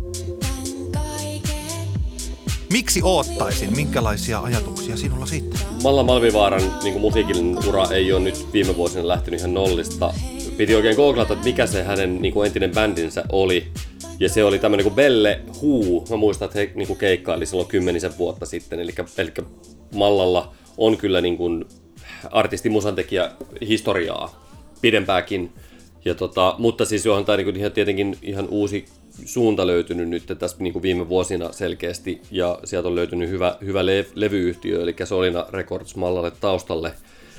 Miksi oottaisin? Minkälaisia ajatuksia sinulla sitten? Malla Malmivaaran niin musiikillinen ura ei ole nyt viime vuosina lähtenyt ihan nollista. Piti oikein googlata, että mikä se hänen niin kuin entinen bändinsä oli. Ja se oli tämmöinen kuin Belle Huu. Mä muistan, että he niin kuin keikkaili silloin 10 vuotta sitten. Eli Mallalla on kyllä niin kuin artisti-musantekijä historiaa pidempääkin. Ja mutta siis johon tämä niin ihan tietenkin ihan uusi suunta löytynyt nyt tässä niin kuin viime vuosina selkeästi. Ja sieltä on löytynyt hyvä levyyhtiö, eli Solina Records Mallalle taustalle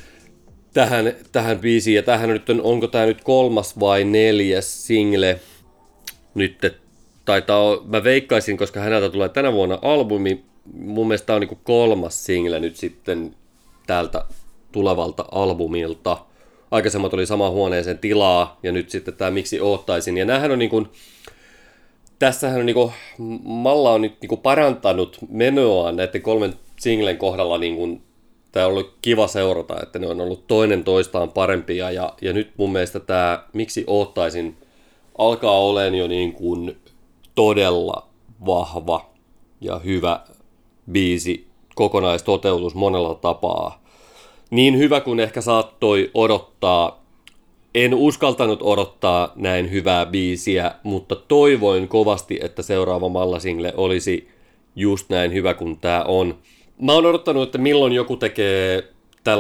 tähän biisiin. Ja tämähän nyt onko tämä nyt 3. vai 4. single? Nyt mä veikkaisin, koska häneltä tulee tänä vuonna albumi. Mun mielestä tämä on niin 3. single nyt sitten tältä tulevalta albumilta. Aikaisemmat oli sama huoneeseen tilaa, ja nyt sitten tämä Miksi oottaisin. Ja näähän on niin kuin, tässähän on niin kuin, Malla on nyt niin kuin parantanut menoaan näiden 3 singlen kohdalla. Niin kuin, tämä on ollut kiva seurata, että ne on ollut toinen toistaan parempia. Ja nyt mun mielestä tämä Miksi oottaisin alkaa olemaan jo niin kuin todella vahva ja hyvä biisi, kokonaistoteutus monella tapaa. Niin hyvä kuin ehkä saattoi odottaa. En uskaltanut odottaa näin hyvää biisiä, mutta toivoin kovasti, että seuraava Malla-single olisi just näin hyvä kuin tämä on. Mä oon odottanut, että milloin joku tekee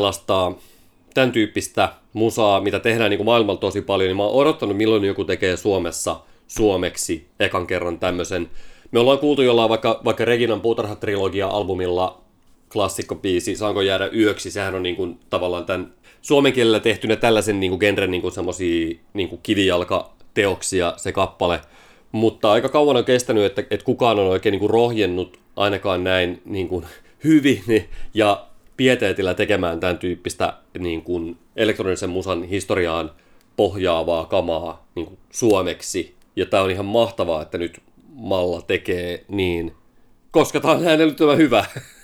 tämän tyyppistä musaa, mitä tehdään niin kuin maailmalla tosi paljon, niin mä oon odottanut, milloin joku tekee Suomessa suomeksi ekan kerran tämmöisen. Me ollaan kuultu jollain vaikka Reginan Puutarha-trilogia-albumilla klassikkobiisi Saanko jäädä yöksi, sehän on niin kuin tavallaan tämän suomen kielellä tehtynä tällaisen niin kuin genren niin kuin semmosia niin kuin kivijalkateoksia se kappale, mutta aika kauan on kestänyt, että kukaan on oikein niin kuin rohjennut ainakaan näin niin kuin hyvin ja pieteetillä tekemään tämän tyyppistä niin kuin elektronisen musan historiaan pohjaavaa kamaa niin kuin suomeksi. Ja tää on ihan mahtavaa, että nyt Malla tekee niin, koska tää on älyttömän hyvä.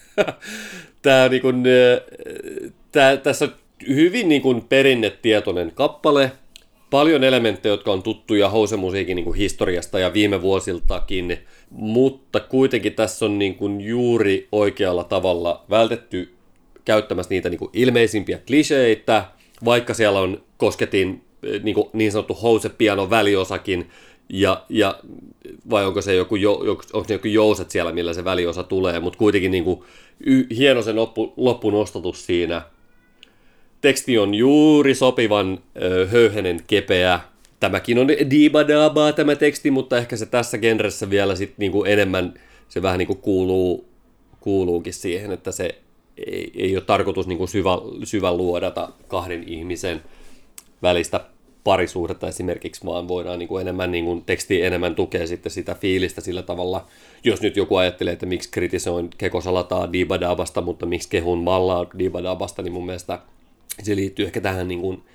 Tässä on hyvin niin kuin perinnetietoinen kappale, paljon elementtejä, jotka on tuttuja house-musiikin niin kuin historiasta ja viime vuosiltakin, mutta kuitenkin tässä on niin kuin juuri oikealla tavalla vältetty käyttämässä niitä niin kuin ilmeisimpiä kliseitä, vaikka siellä on niin sanottu house-pianon väliosakin, vai onko se joku jouset siellä, millä se väliosa tulee, mutta kuitenkin niin kuin hieno se loppunostatus siinä. Teksti on juuri sopivan höyhenen kepeä. Tämäkin on diibadaabaa tämä teksti, mutta ehkä se tässä genressä vielä sit niin kuin enemmän, se vähän niin kuin kuuluukin siihen, että se ei ole tarkoitus niin kuin syvä luodata 2 ihmisen välistä parisuhdetta esimerkiksi, vaan voidaan niin kuin enemmän niin kuin teksti enemmän tukea sitten sitä fiilistä sillä tavalla. Jos nyt joku ajattelee, että miksi kritisoin Keko Salataa diibadaabasta, mutta miksi kehun Mallaa diibadaabasta, niin mun mielestä se liittyy ehkä tähän niin kuin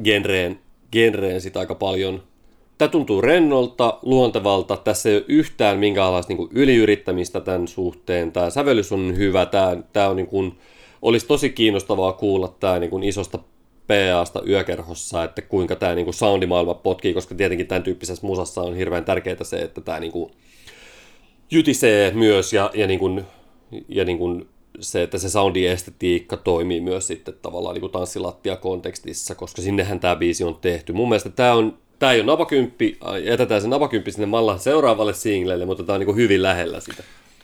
genreen sitä aika paljon. Tämä tuntuu rennolta, luontevalta. Tässä ei ole yhtään minkäänlaista niin kuin yliyrittämistä tämän suhteen. Tämä sävellys on hyvä. Tämä on niin kuin, olisi tosi kiinnostavaa kuulla tämä niin kuin isosta PA:sta yökerhossa, että kuinka tämä niin kuin soundimaailma potkii, koska tietenkin tämän tyyppisessä musassa on hirveän tärkeää se, että tämä niin kuin jytisee myös ja niin kuin se, että se soundiestetiikka toimii myös sitten tavallaan niin kuin tanssilattia-kontekstissa, koska sinnehän tämä biisi on tehty. Mun mielestä tämä ei ole napakymppi, jätetään se napakymppi sinne Mallan seuraavalle singlelle, mutta tämä on niin kuin hyvin lähellä sitä.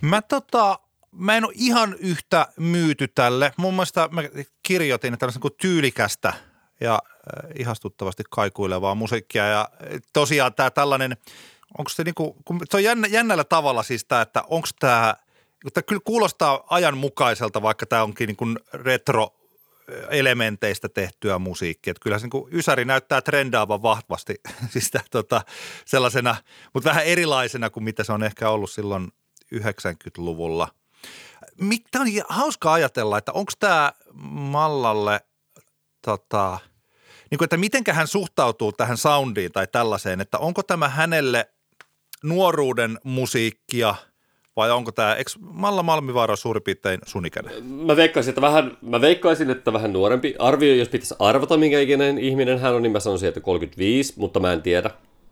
Mä en ole ihan yhtä myyty tälle. Mun mielestä mä kirjoitin tällaisen kuin tyylikästä ja ihastuttavasti kaikuilevaa musiikkia ja tosiaan tämä tällainen, onko se niinku, se on jännällä tavalla siis tämä, että onko tämä kyllä kuulostaa ajanmukaiselta, vaikka tämä onkin niin kuin retro-elementeistä tehtyä musiikkia. Että kyllä se niin kuin Ysäri näyttää trendaavan vahvasti siis sellaisena, mutta vähän erilaisena kuin mitä se on ehkä ollut silloin 90-luvulla. Tämä on hauska ajatella, että onko tämä Mallalle, niin kuin, että mitenkä hän suhtautuu tähän soundiin tai tällaiseen, että onko tämä hänelle nuoruuden musiikkia – vai onko tämä, eikö Malla Malmivaara suurin piirtein sun ikäinen? Mä veikkaisin, että vähän nuorempi. Jos pitäisi arvata, minkä ikäinen ihminen hän on, niin mä sanoisin, että 35, mutta mä en tiedä.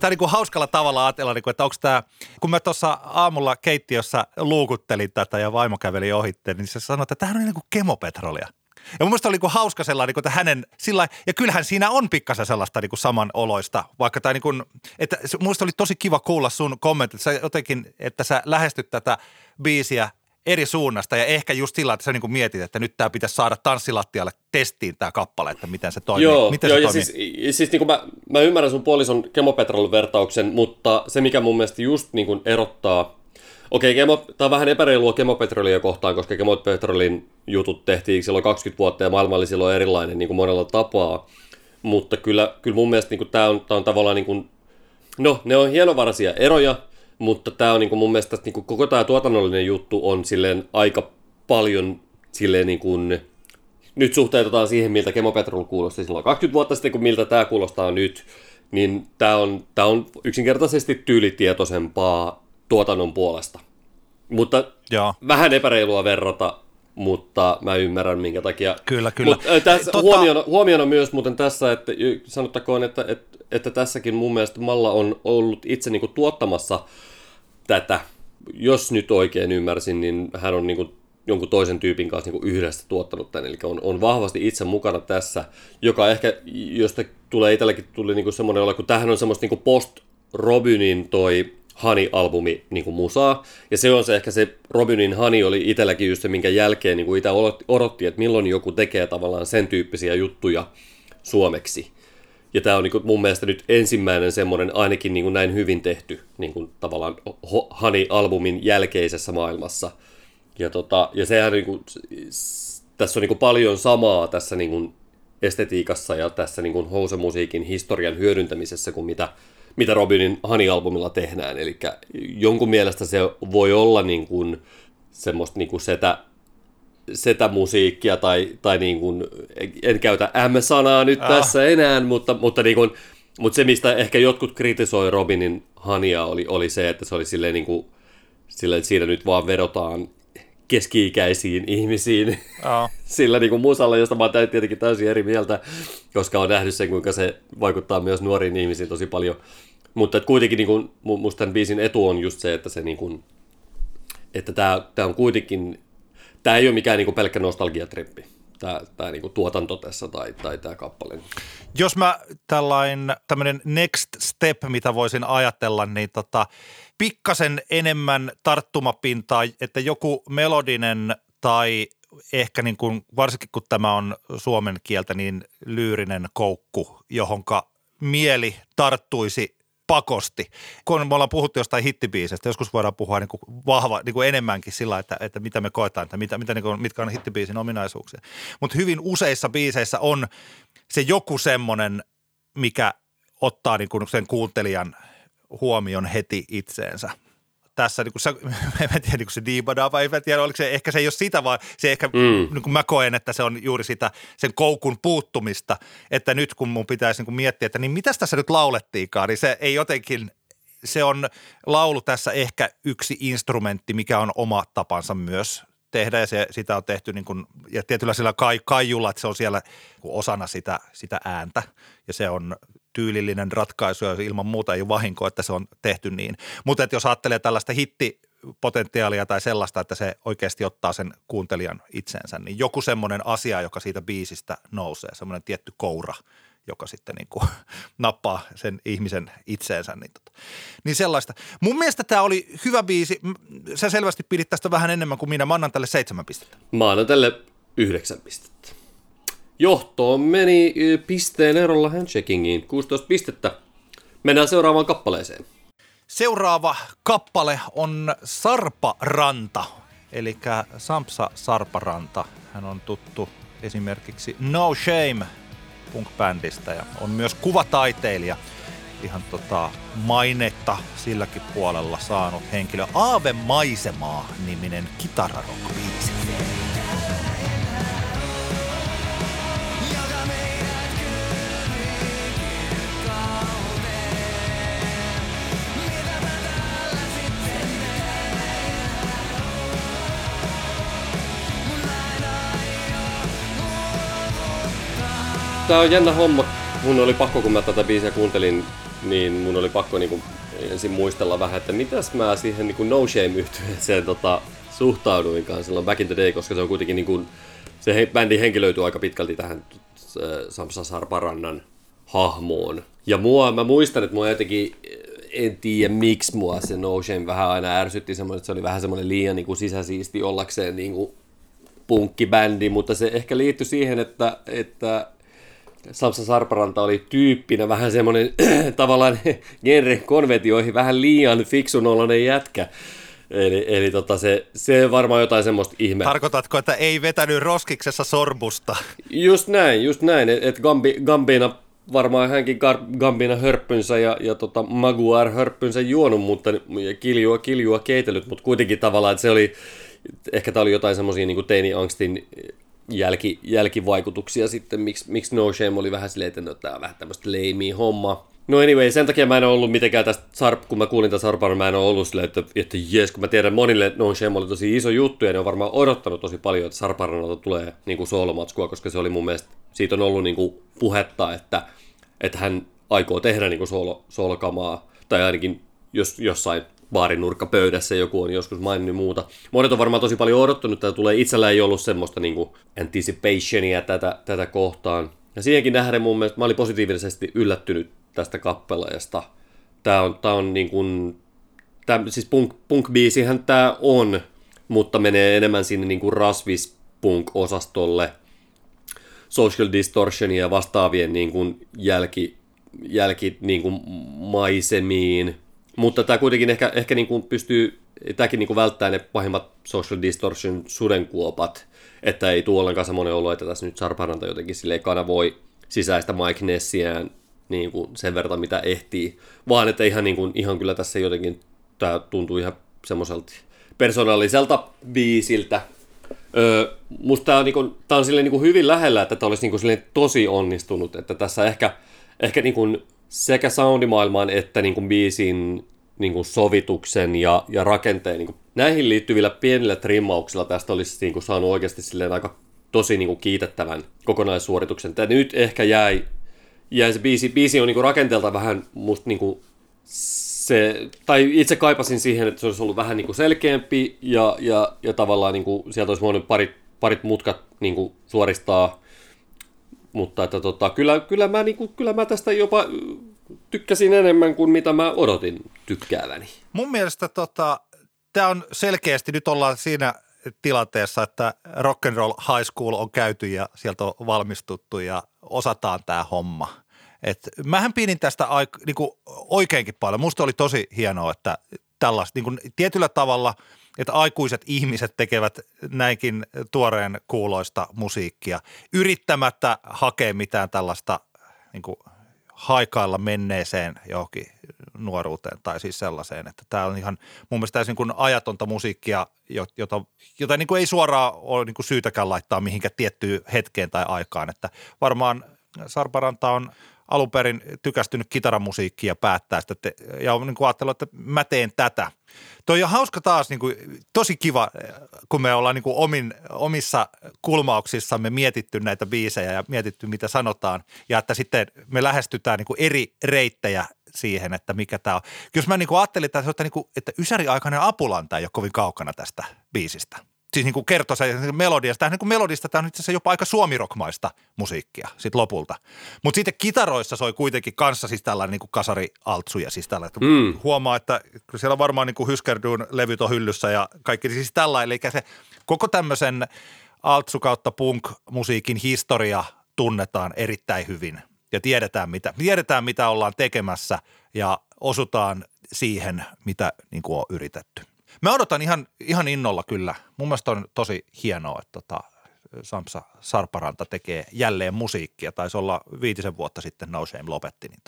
Tämä on niin kuin hauskalla tavalla ajatella, että onko tämä, kun mä tuossa aamulla keittiössä luukuttelin tätä ja vaimo käveli ohitte, niin se sanoi, että tämähän on niin kuin kemopetrolia. Ja mun mielestä oli niin kuin hauska sellainen, että hänen sillä ja kyllähän siinä on pikkasen sellaista niin kuin samanoloista, vaikka tämä niin kuin, että mun mielestä oli tosi kiva kuulla sun kommentit, sä jotenkin, että sä lähestyt tätä biisiä eri suunnasta ja ehkä just sillä, että sä niin kuin mietit, että nyt tämä pitäisi saada tanssilattialle testiin tämä kappale, että miten se toimii. Miten se toimii? Siis niin kuin mä ymmärrän sun puolison kemopetrol-vertauksen, mutta se mikä mun mielestä just niin kuin erottaa, tämä on vähän epäreilua kemopetrolia kohtaan, koska kemopetrolin jutut tehtiin silloin 20 vuotta ja maailma oli silloin erilainen niin kuin monella tapaa, mutta kyllä mun mielestä niin kuin tämä on tavallaan, niin kuin, no ne on hienovaraisia eroja, mutta tämä on niin kuin mun mielestä niin kuin koko tämä tuotannollinen juttu on silleen aika paljon silleen niin kuin, nyt suhteutetaan siihen, miltä kemopetrol kuulosti silloin 20 vuotta sitten, kuin miltä tämä kuulostaa nyt, niin tämä on yksinkertaisesti tyylitietoisempaa tuotannon puolesta. Mutta vähän epäreilua verrata, mutta mä ymmärrän minkä takia. Kyllä. Mutta tässä huomiona myös muuten tässä, että sanottakoon, että tässäkin mun mielestä Malla on ollut itse niinku tuottamassa tätä. Jos nyt oikein ymmärsin, niin hän on niinku jonkun toisen tyypin kanssa niinku yhdessä tuottanut tämän. Eli on vahvasti itse mukana tässä, joka ehkä, josta tulee itselläkin tuli niinku semmoinen olla, kun tämähän on semmoista niinku post-Robynin toi Honey-albumi niin kuin musaa, ja se on se ehkä se Robynin Honey oli itselläkin just se, minkä jälkeen niin kuin itse odotti, että milloin joku tekee tavallaan sen tyyppisiä juttuja suomeksi. Ja tämä on niin kuin mun mielestä nyt ensimmäinen semmoinen ainakin niin kuin näin hyvin tehty niin kuin tavallaan Honey-albumin jälkeisessä maailmassa. Ja sehän niin kuin, tässä on niin kuin paljon samaa tässä niin kuin estetiikassa ja tässä niin kuin housemusiikin historian hyödyntämisessä kuin mitä Robynin Honey-albumilla tehdään. Eli jonkun mielestä se voi olla niin kuin semmoista niin kuin setämusiikkia tai niin kuin, en käytä M-sanaa nyt tässä enää, mutta se, mistä ehkä jotkut kritisoi Robynin Honeya oli se, että se oli silleen, niin kuin, silleen, että siinä nyt vaan vedotaan keski-ikäisiin ihmisiin sillä niin kuin musalla, josta mä oon tietenkin täysin eri mieltä, koska on nähnyt sen, kuinka se vaikuttaa myös nuoriin ihmisiin tosi paljon. Mutta kuitenkin niin kuin, musta tämän biisin etu on just se, että se niin kuin, että tää on kuitenkin, tää ei ole mikään niin kuin pelkkä nostalgiatrippi, tää niin kuin tuotanto tässä tai tää kappale. Jos mä tämmöinen next step, mitä voisin ajatella, niin pikkasen enemmän tarttumapintaa, että joku melodinen tai ehkä niin kuin, varsinkin kun tämä on suomen kieltä, niin lyyrinen koukku, johonka mieli tarttuisi pakosti. Kun me ollaan puhuttu jostain hittibiisestä, joskus voidaan puhua niin kuin niin kuin enemmänkin sillä, että mitä me koetaan, että mitkä on hittibiisin ominaisuuksia. Mutta hyvin useissa biiseissä on se joku semmoinen, mikä ottaa niin kuin sen kuuntelijan huomion heti itseensä. Tässä niin kuin en tiedä, niin kuin se diibadaa vai en tiedä, oliko se, ehkä se ei ole sitä, vaan se ehkä, niin kuin mä koen, että se on juuri sitä sen koukun puuttumista, että nyt kun mun pitäisi niin kuin miettiä, että niin mitäs tässä nyt laulettiinkaan, niin se ei jotenkin, se on laulu tässä ehkä yksi instrumentti, mikä on oma tapansa myös tehdä ja sitä on tehty niin kuin, ja tietyllä sillä kaijulla, että se on siellä osana sitä ääntä ja se on tyylillinen ratkaisu ja ilman muuta ei ole vahinko, että se on tehty niin. Mutta jos ajattelee tällaista hittipotentiaalia tai sellaista, että se oikeasti ottaa sen kuuntelijan itsensä, niin joku semmoinen asia, joka siitä biisistä nousee, semmoinen tietty koura, joka sitten niin kuin nappaa sen ihmisen itseensä. Niin sellaista. Mun mielestä tämä oli hyvä biisi. Sä selvästi pidit tästä vähän enemmän kuin minä. Mä annan tälle 7 pistettä. Mä annan tälle 9 pistettä. Johtoon meni pisteen erolla handshakingiin, 16 pistettä. Mennään seuraavaan kappaleeseen. Seuraava kappale on Sarparanta, eli Sampsa Sarparanta. Hän on tuttu esimerkiksi No Shame punk-bändistä ja on myös kuvataiteilija. Ihan mainetta silläkin puolella saanut henkilö. Aave Maisemaa-niminen kitararock-biisi. Tää on jännä homma. Mun oli pakko, kun mä tätä biisiä kuuntelin niin mun oli pakko niinku ensin muistella vähän, että mitäs mä siihen niinku No Shame-yhtyeeseen suhtauduinkaan silloin back in the day, koska se on kuitenkin niinku, se bändi henkilöityy aika pitkälti tähän Sampsa Sarparannan hahmoon. Ja mä muistan, että mua jotenkin, en tiedä miksi mua se No Shame vähän aina ärsytti semmoinen, että se oli vähän semmoinen liian niinku sisäsiisti ollakseen niinku punkkibändi, mutta se ehkä liittyi siihen, että Sampsa Sarparanta oli tyyppinä vähän semmoinen tavallaan genre-konvetioihin vähän liian fiksun oloinen jätkä. Eli se varmaan jotain semmoista ihmeä. Tarkoitatko, että ei vetänyt roskiksessa sorbusta? Just näin. Että Gambina varmaan hänkin Gambina hörppynsä ja Maguire hörppynsä juonut, mutta ja kiljua keitellyt, mutta kuitenkin tavallaan, että se oli, ehkä tämä oli jotain semmoisia niin kuin teini-angstin jälkivaikutuksia sitten, miksi No Shame oli vähän silleen, että no, tämä on vähän tämmöistä leimia homma. No anyway, sen takia mä en ole ollut mitenkään tästä, kun mä kuulin tästä Sarparan, mä en ole ollut silleen, että jes, kun mä tiedän monille No Shame oli tosi iso juttu ja ne on varmaan odottanut tosi paljon, että Sarparanalta tulee niin soolomatskua, koska se oli mun mielestä, siitä on ollut niin kuin puhetta, että hän aikoo tehdä niin kuin soolokamaa, tai ainakin jossain baarin nurkkapöydässä joku on joskus maininnut muuta. Monet on varmaan tosi paljon odottanut, että tulee. Itsellä ei ollut semmoista niin kuin anticipationia tätä kohtaan. Ja siihenkin nähden mun mielestä mä olin positiivisesti yllättynyt tästä kappaleesta. Tää on niin kuin, siis punk-biisihän tää on, mutta menee enemmän sinne niin kuin rasvis-punk-osastolle. Social Distortion ja vastaavien niin kuin jälki niin kuin maisemiin. Mutta tämä kuitenkin ehkä niin kuin pystyy, tämäkin niin kuin välttää ne pahimmat Social Distortion sudenkuopat, että ei tule ollenkaan semmoinen olo, että tässä nyt Sarparanta jotenkin silleen kanavoi sisäistä Mike Nessiään niin kuin sen verran, mitä ehtii, vaan että ihan kyllä tässä jotenkin tämä tuntuu ihan semmoiselta persoonalliselta biisiltä. Musta tämä on silleen niin kuin hyvin lähellä, että tämä olisi niin kuin silleen tosi onnistunut, että tässä ehkä niin kuin sekä soundimaailmaan että niin kuin biisin niin kuin sovituksen ja rakenteen niin kuin näihin liittyvillä pienillä trimmauksilla tästä olisi niin kuin saanut oikeasti silleen aika tosi niin kuin kiitettävän kokonaissuorituksen. Tämä nyt ehkä jäi se biisi on niin kuin rakenteelta vähän musta niin kuin se, tai itse kaipasin siihen, että se olisi ollut vähän niin kuin selkeämpi ja tavallaan niin kuin sieltä olisi voinut parit mutkat niin kuin suoristaa. Mutta että kyllä mä tästä jopa tykkäsin enemmän kuin mitä mä odotin tykkääväni. Mun mielestä tämä on selkeästi, nyt ollaan siinä tilanteessa, että Rock'n'Roll High School on käyty ja sieltä on valmistuttu ja osataan tämä homma. Mähän pidin tästä niinku oikeinkin paljon. Musta oli tosi hienoa, että tällaista niinku tietyllä tavalla, että aikuiset ihmiset tekevät näinkin tuoreen kuuloista musiikkia yrittämättä hakea mitään tällaista niin haikailla menneeseen johonkin nuoruuteen tai siis sellaiseen, että tämä on ihan mun mielestä täysin niin ajatonta musiikkia, jota niin ei suoraan ole niin syytäkään laittaa mihinkään tiettyyn hetkeen tai aikaan, että varmaan Sarparanta on alun perin tykästynyt kitaramusiikkiin ja päättää sitä, ja on niin kuin ajatellut, että mä teen tätä. Toi on hauska taas, niin kuin, tosi kiva, kun me ollaan niin kuin omissa kulmauksissamme mietitty näitä biisejä ja mietitty, mitä sanotaan, ja että sitten me lähestytään niin kuin eri reittejä siihen, että mikä tämä on. Jos mä niin kuin ajattelin, että Ysäri-aikainen Apulanta ei ole kovin kaukana tästä biisistä. Siis niin kuin kertoi se melodiasta. Tämä niin melodista, tämä on itse asiassa jopa aika suomirokmaista musiikkia sitten lopulta. Mutta sitten kitaroissa soi kuitenkin kanssa siis tällainen niin kuin kasari-altsuja. Siis tällainen, huomaa, että siellä varmaan niin kuin Hyskerdun levyt on hyllyssä ja kaikki siis tällainen. Eli se koko tämmöisen altsu kautta punk-musiikin historia tunnetaan erittäin hyvin. Ja tiedetään mitä ollaan tekemässä ja osutaan siihen, mitä niin kuin on yritetty. Mä odotan ihan innolla kyllä. Mun mielestä on tosi hienoa, että Sampsa Sarparanta tekee jälleen musiikkia. Taisi olla 5 vuotta sitten No Shame lopetti, niin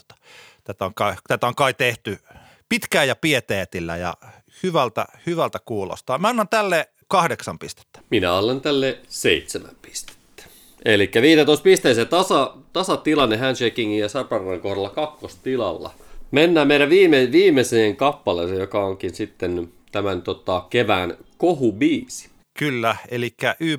tätä on kai tehty pitkään ja pieteetillä ja hyvältä kuulostaa. Mä annan tälle 8 pistettä. Minä annan tälle 7 pistettä. Eli 15 pisteeseen tasatilanne Handshakingin ja Sarparannan kohdalla 2. tilalla. Mennään meidän viimeiseen kappaleeseen, joka onkin sitten tämän kevään kohubiisi. Kyllä, eli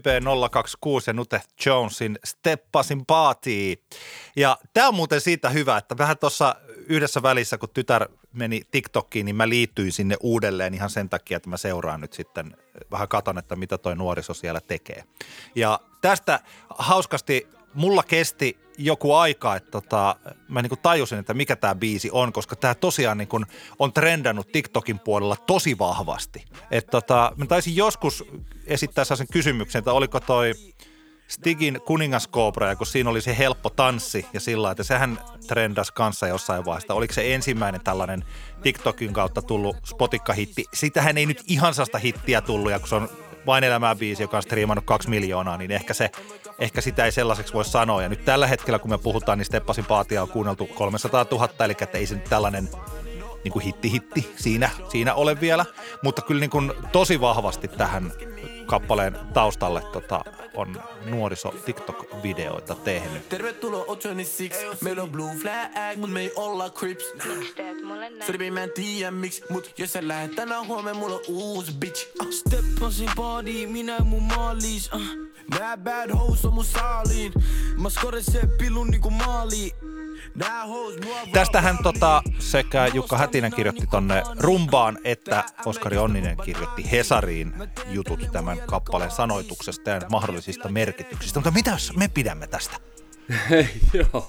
YB026 ja Nute Jonesin Steppasin Party. Ja tämä on muuten siitä hyvä, että vähän tuossa yhdessä välissä, kun tytär meni TikTokiin, niin mä liittyin sinne uudelleen ihan sen takia, että mä seuraan nyt sitten vähän katon, että mitä toi nuoriso siellä tekee. Ja tästä hauskasti mulla kesti joku aika, että mä niin kuin tajusin, että mikä tämä biisi on, koska tämä tosiaan niin kuin on trendannut TikTokin puolella tosi vahvasti. Että mä taisin joskus esittää sellaisen kysymyksen, että oliko toi Stigin Kuningaskoobra, ja kun siinä oli se helppo tanssi ja sillä, että sehän trendasi kanssa jossain vaiheessa. Oliko se ensimmäinen tällainen TikTokin kautta tullut spotikka-hitti? Sitähän ei nyt ihan sellaista hittiä tullut, ja kun se on Vain elämää -biisi, joka on striimannut 2 miljoonaa, niin ehkä sitä ei sellaiseksi voi sanoa. Ja nyt tällä hetkellä, kun me puhutaan, niin Steppasin Paatia on kuunneltu 300 000, eli että ei se nyt tällainen niin kuin hitti siinä ole vielä. Mutta kyllä niin kuin tosi vahvasti tähän kappaleen taustalle on nuoriso TikTok-videoita tehnyt. Tervetuloa Oceanic Six. Meillä on Blue Flag, mut me ei olla Crips. Sorry, mä en tiedä miksi, mut jos sä lähet tänään huomenna, mulla on uusi bitch. Steppasin body, minä ja mun maalis. Nää bad hoes on mun saaliin. Mä skoren se pillun niinku maaliin. Nää hoes mua Tästähän sekä Jukka Hätinen kirjoitti tonne Rumbaan, että Oskari Onninen kirjoitti Hesariin jutut tämän kappaleen sanoituksesta ja mahdollisista merkityksistä. Mutta mitä jos me pidämme tästä? Joo.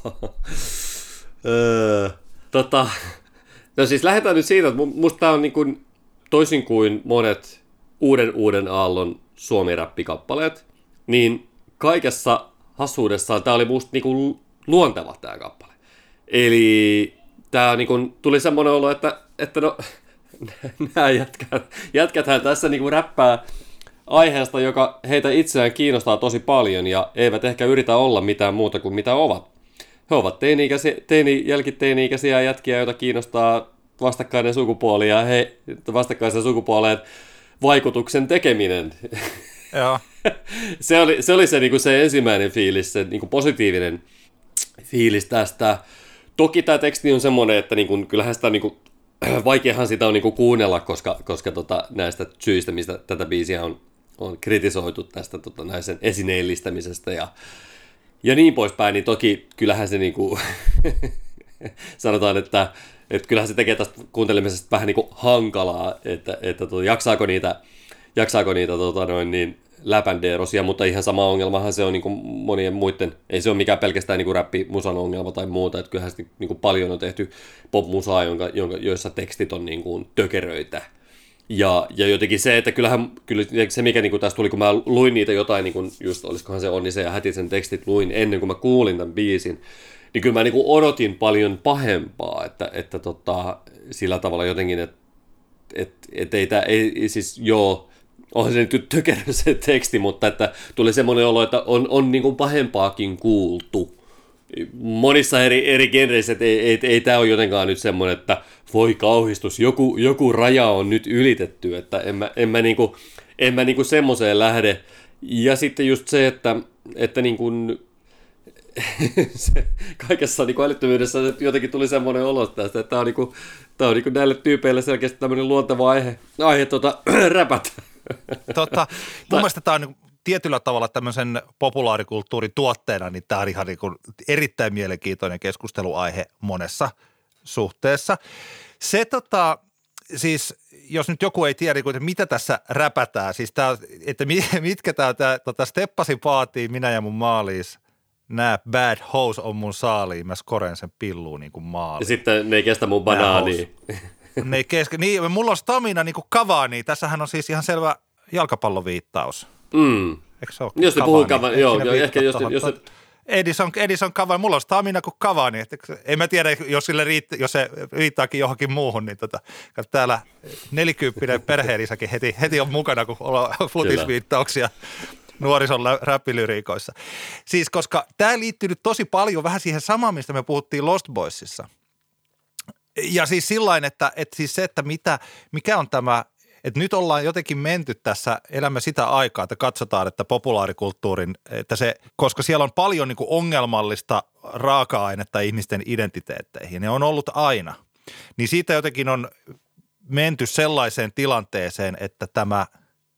No siis lähdetään nyt siitä, että musta tää on niin kuin, toisin kuin monet uuden aallon suomi-räppikappaleet, niin kaikessa hassuudessaan tää oli musta niin kuin luonteva tää kappale. Eli tää niin kuin tuli semmoinen olo, että no nämä jätkäthän tässä niin kuin räppää aiheesta, joka heitä itseään kiinnostaa tosi paljon ja eivät ehkä yritä olla mitään muuta kuin mitä ovat. He ovat jälkiteini-ikäisiä jätkiä, joita kiinnostaa vastakkainen sukupuoli ja vastakkaisen sukupuoleen vaikutuksen tekeminen. Joo. se oli se, niinku se ensimmäinen fiilis, se niinku positiivinen fiilis tästä. Toki tämä teksti on semmoinen, että niinku, kyllähän sitä niinku, vaikeahan sitä on niinku kuunnella, koska näistä syistä, mistä tätä biisiä on kritisoitu tästä naisen esineellistämisestä ja niin poispäin, niin toki kyllähän se niinku, sanotaan, että kyllähän se tekee tästä kuuntelemisesta vähän niinku hankalaa, että jaksaako niitä niin läpändeerosia, mutta ihan sama ongelmahan se on niinku monien muiden, ei se ole mikään pelkästään niinku räppimusan ongelma tai muuta, että kyllähän se niinku paljon on tehty popmusaa, joissa tekstit on niinku tökeröitä. Ja jotenkin se, että kyllä se mikä niinku tästä tuli, kun mä luin niitä jotain, niinku just olisikohan se Onnisen ja Hätisen tekstit luin ennen kuin mä kuulin tämän biisin, niin kyllä mä niinku odotin paljon pahempaa, että sillä tavalla jotenkin, että ei siis joo, onhan se nyt tökerö se teksti, mutta että tuli semmoinen olo, että on niinku pahempaakin kuultu. Monissa eri genreissä, että ei tämä ole jotenkaan nyt semmoinen, että voi kauhistus, joku raja on nyt ylitetty, että en mä niinku semmoiseen lähde. Ja sitten just se, että niinku se kaikessa niinku älyttömyydessä jotenkin tuli semmoinen olo tästä, että tämä on niinku näille tyypeille selkeästi tämmöinen luonteva aihe räpätä. Mun mielestä tämä on niin tietyllä tavalla tämmöisen populaarikulttuurin tuotteena, niin tämä on ihan niin kuin erittäin mielenkiintoinen keskusteluaihe monessa suhteessa. Se siis, jos nyt joku ei tiedä, että mitä tässä räpätään, siis tämä, että mitkä tämä Steppasin Paatii, minä ja mun maaliis, nämä bad hoes on mun saaliin, mä skoren sen pilluun niin kuin maaliin. Ja sitten ne ei kestä mun banaania. Ne ei kestä, niin mulla on stamina niin kuin Cavani, tässähän on siis ihan selvä jalkapalloviittaus. Eikö se ole jos ne puhuu Cavani, joo, ehkä jos Edison Cavani, mulla on stamina kuin Cavani. En mä tiedä, jos se riittääkin johonkin muuhun, niin täällä 40 perheenisäkin heti on mukana, kun ollaan futisviittauksia nuorison räppilyriikoissa. Siis koska tämä liittyy nyt tosi paljon vähän siihen samaan, mistä me puhuttiin Lost Boysissa. Ja siis sillain, että siis se, että mikä on tämä, että nyt ollaan jotenkin menty tässä, elämme sitä aikaa, että katsotaan, että populaarikulttuurin, että se, koska siellä on paljon niin kuin ongelmallista raaka-ainetta ihmisten identiteetteihin, ne on ollut aina, niin siitä jotenkin on menty sellaiseen tilanteeseen, että tämä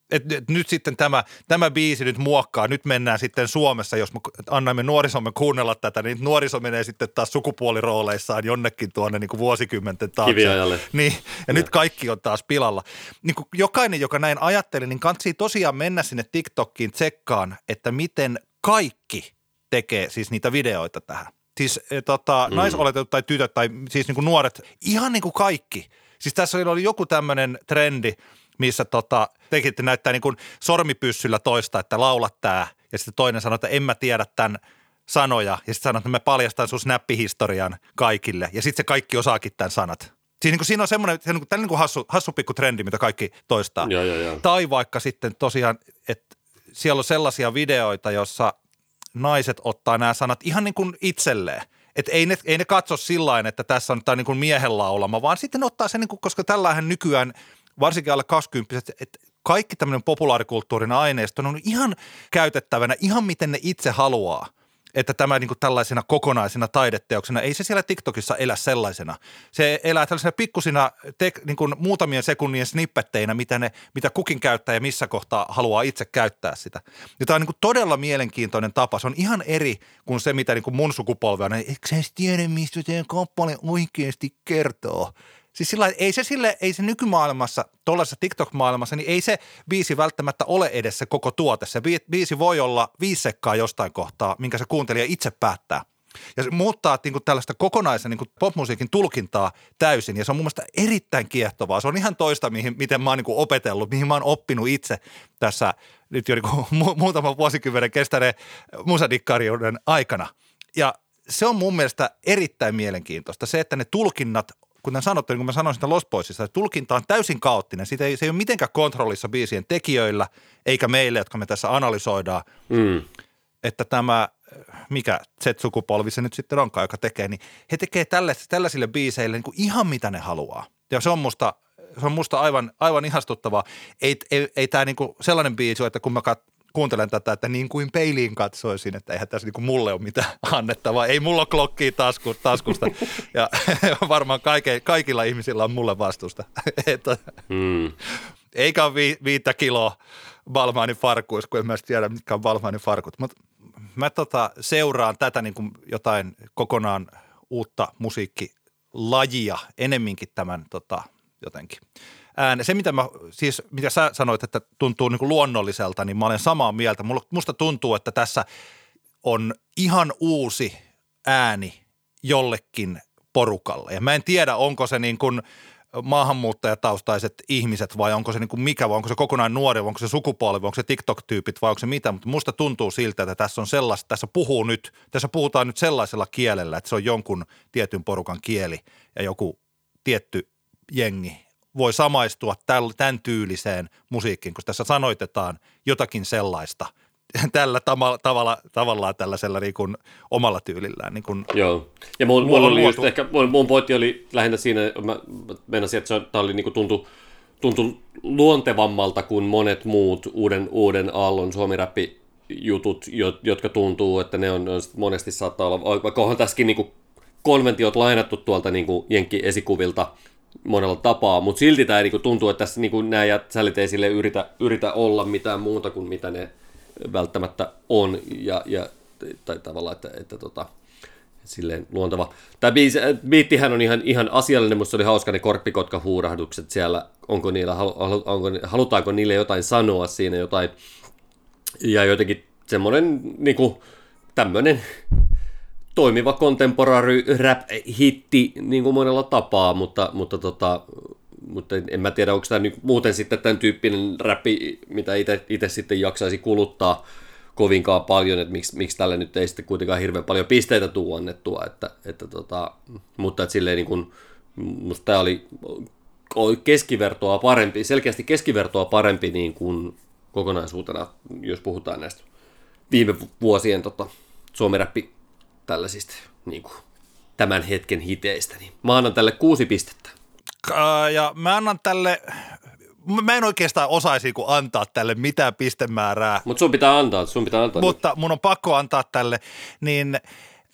Et nyt sitten tämä biisi nyt muokkaa, nyt mennään sitten Suomessa, jos me annamme nuorisomme kuunnella tätä, niin nuoriso menee sitten taas sukupuolirooleissaan jonnekin tuonne niin kuin vuosikymmenten taakse. Kiviajalle. Niin, ja nyt kaikki on taas pilalla. Niin kuin jokainen, joka näin ajatteli, niin kansi tosiaan mennä sinne TikTokkiin tsekkaan, että miten kaikki tekee siis niitä videoita tähän. Siis naisoletetut tai tytöt tai siis niin kuin nuoret, ihan niin kuin kaikki. Siis tässä oli joku tämmöinen trendi, missä tekitte näyttää niin kuin sormipyssyllä toista, että laulat tää. Ja sitten toinen sanoo, että en mä tiedä tämän sanoja. Ja sitten sanoo, että mä paljastan sun snappihistorian kaikille. Ja sitten se kaikki osaakin tämän sanat. Siis niin kuin siinä on semmoinen, tällainen niin kuin hassu pikku trendi, mitä kaikki toistaa. Joo. Tai vaikka sitten tosiaan, että siellä on sellaisia videoita, jossa naiset ottaa nämä sanat ihan niin kuin itselleen. Että ei ne katso sillain, että tässä on tämä niin kuin miehen laulama, vaan sitten ottaa sen, niin kuin, koska tällähän nykyään varsinkin alle 20, että kaikki tämmöinen populaarikulttuurin aineisto on ihan käytettävänä, ihan miten ne itse haluaa. Että tämä niin kuin tällaisena kokonaisena taideteoksena, ei se siellä TikTokissa elä sellaisena. Se elää tällaisena pikkusina niin kuin muutamien sekunnien snippetteinä, mitä kukin käyttää ja missä kohtaa haluaa itse käyttää sitä. Ja tämä on niin kuin todella mielenkiintoinen tapa. Se on ihan eri kuin se, mitä niin kuin mun sukupolvi on. Eikö sä edes tiedä, mistä teidän kappale oikeasti kertoo? Siis sillä ei se nykymaailmassa, tuollaisessa TikTok-maailmassa, niin ei se biisi välttämättä ole edes se koko tuote. Se biisi voi olla 5 sekkaa jostain kohtaa, minkä se kuuntelija itse päättää. Ja se muuttaa niin kuin tällaista kokonaisen niin kuin popmusiikin tulkintaa täysin, ja se on mun mielestä erittäin kiehtovaa. Se on ihan toista, miten mä oon niin kuin opetellut, mihin mä oon oppinut itse tässä nyt jo niin kuin muutaman vuosikymmenen kestäneen musadikkariuden aikana. Ja se on mun mielestä erittäin mielenkiintoista, se, että ne tulkinnat, kuten sanottu, niin kuin mä sanoin sitä Lost Boysista, että tulkinta on täysin kaoottinen. Se ei ole mitenkään kontrollissa biisien tekijöillä, eikä meille, jotka me tässä analysoidaan, että tämä, mikä Z-sukupolvi se nyt sitten onkaan, joka tekee, niin he tekee tällaisille biiseille niin kuin ihan mitä ne haluaa. Ja se on musta aivan ihastuttavaa. Ei tämä niin kuin sellainen biisi, että kun mä kuuntelen tätä, että niin kuin peiliin katsoisin, että eihän tässä niin kuin mulle ole mitään annettavaa. Ei mulla ole klokkia taskusta ja varmaan kaikilla ihmisillä on mulle vastusta. Eikä ole 5 kiloa Balmainin farkuissa, kun en mä tiedä, mitkä on Balmainin farkut. Mutta mä seuraan tätä niin kuin jotain kokonaan uutta musiikkilajia enemminkin tämän jotenkin. Se, mitä sä sanoit, että tuntuu niin kuin luonnolliselta, niin mä olen samaa mieltä. Musta tuntuu, että tässä on ihan uusi ääni jollekin porukalle. Ja mä en tiedä, onko se niin kuin maahanmuuttajataustaiset ihmiset vai onko se niin kuin mikä, vai onko se kokonaan nuori, vai onko se sukupolvi, vai onko se TikTok-tyypit vai onko se mitä. Mutta musta tuntuu siltä, että tässä on sellaista, tässä puhutaan nyt sellaisella kielellä, että se on jonkun tietyn porukan kieli ja joku tietty jengi voi samaistua tämän tyyliseen musiikkiin, kun tässä sanoitetaan jotakin sellaista tällä tavallaan tällaisella niin kuin omalla tyylillään. Niin kuin joo, ja mun pointti oli lähinnä siinä, mä meinasin, että tämä oli niin kuin tuntui luontevammalta kuin monet muut uuden aallon suomiräppijutut, jotka tuntuu, että ne on monesti saattaa olla, vaikka onhan tässäkin niin kuin konventiot lainattu tuolta niin kuin jenkkieesikuvilta monella tapaa, mutta silti tämä niin kuin tuntuu, että tässä niin kuin nämä jäljet ei sille yritä olla mitään muuta kuin mitä ne välttämättä on, tai tavallaan, että silleen luonteva. Tämä biittihän on ihan asiallinen, musta oli hauska ne korppikotka-huurahdukset siellä, halutaanko niille jotain sanoa siinä jotain, ja jotenkin semmoinen niinku tämmöinen toimiva contemporary rap-hitti niin kuin monella tapaa, mutta en mä tiedä, onko tämä nyt muuten sitten tämän tyyppinen räppi, mitä itse sitten jaksaisi kuluttaa kovinkaan paljon, että miksi tälle nyt ei sitten kuitenkaan hirveän paljon pisteitä tuu annettua, mutta että silleen niin kuin, musta tämä oli keskivertoa parempi, selkeästi keskivertoa parempi niin kuin kokonaisuutena, jos puhutaan näistä viime vuosien suomiräppi tällaisista niin kuin tämän hetken hiteistä, niin mä annan tälle 6 pistettä. Ja mä annan tälle, mä en oikeastaan osaisi antaa tälle mitään pistemäärää. Mutta sun pitää antaa. Mutta mun on pakko antaa tälle, niin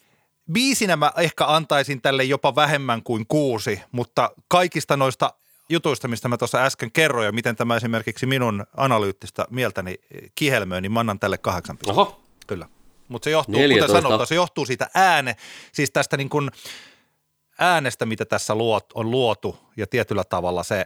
biisinä mä ehkä antaisin tälle jopa vähemmän kuin 6, mutta kaikista noista jutuista, mistä mä tuossa äsken kerroin ja miten tämä esimerkiksi minun analyyttistä mieltäni kihelmöi, niin mä annan tälle 8 pistettä. Oho. Kyllä. Mutta se johtuu, 14. kuten sanottu, se johtuu siitä siis tästä niin kuin äänestä, mitä tässä on luotu ja tietyllä tavalla se,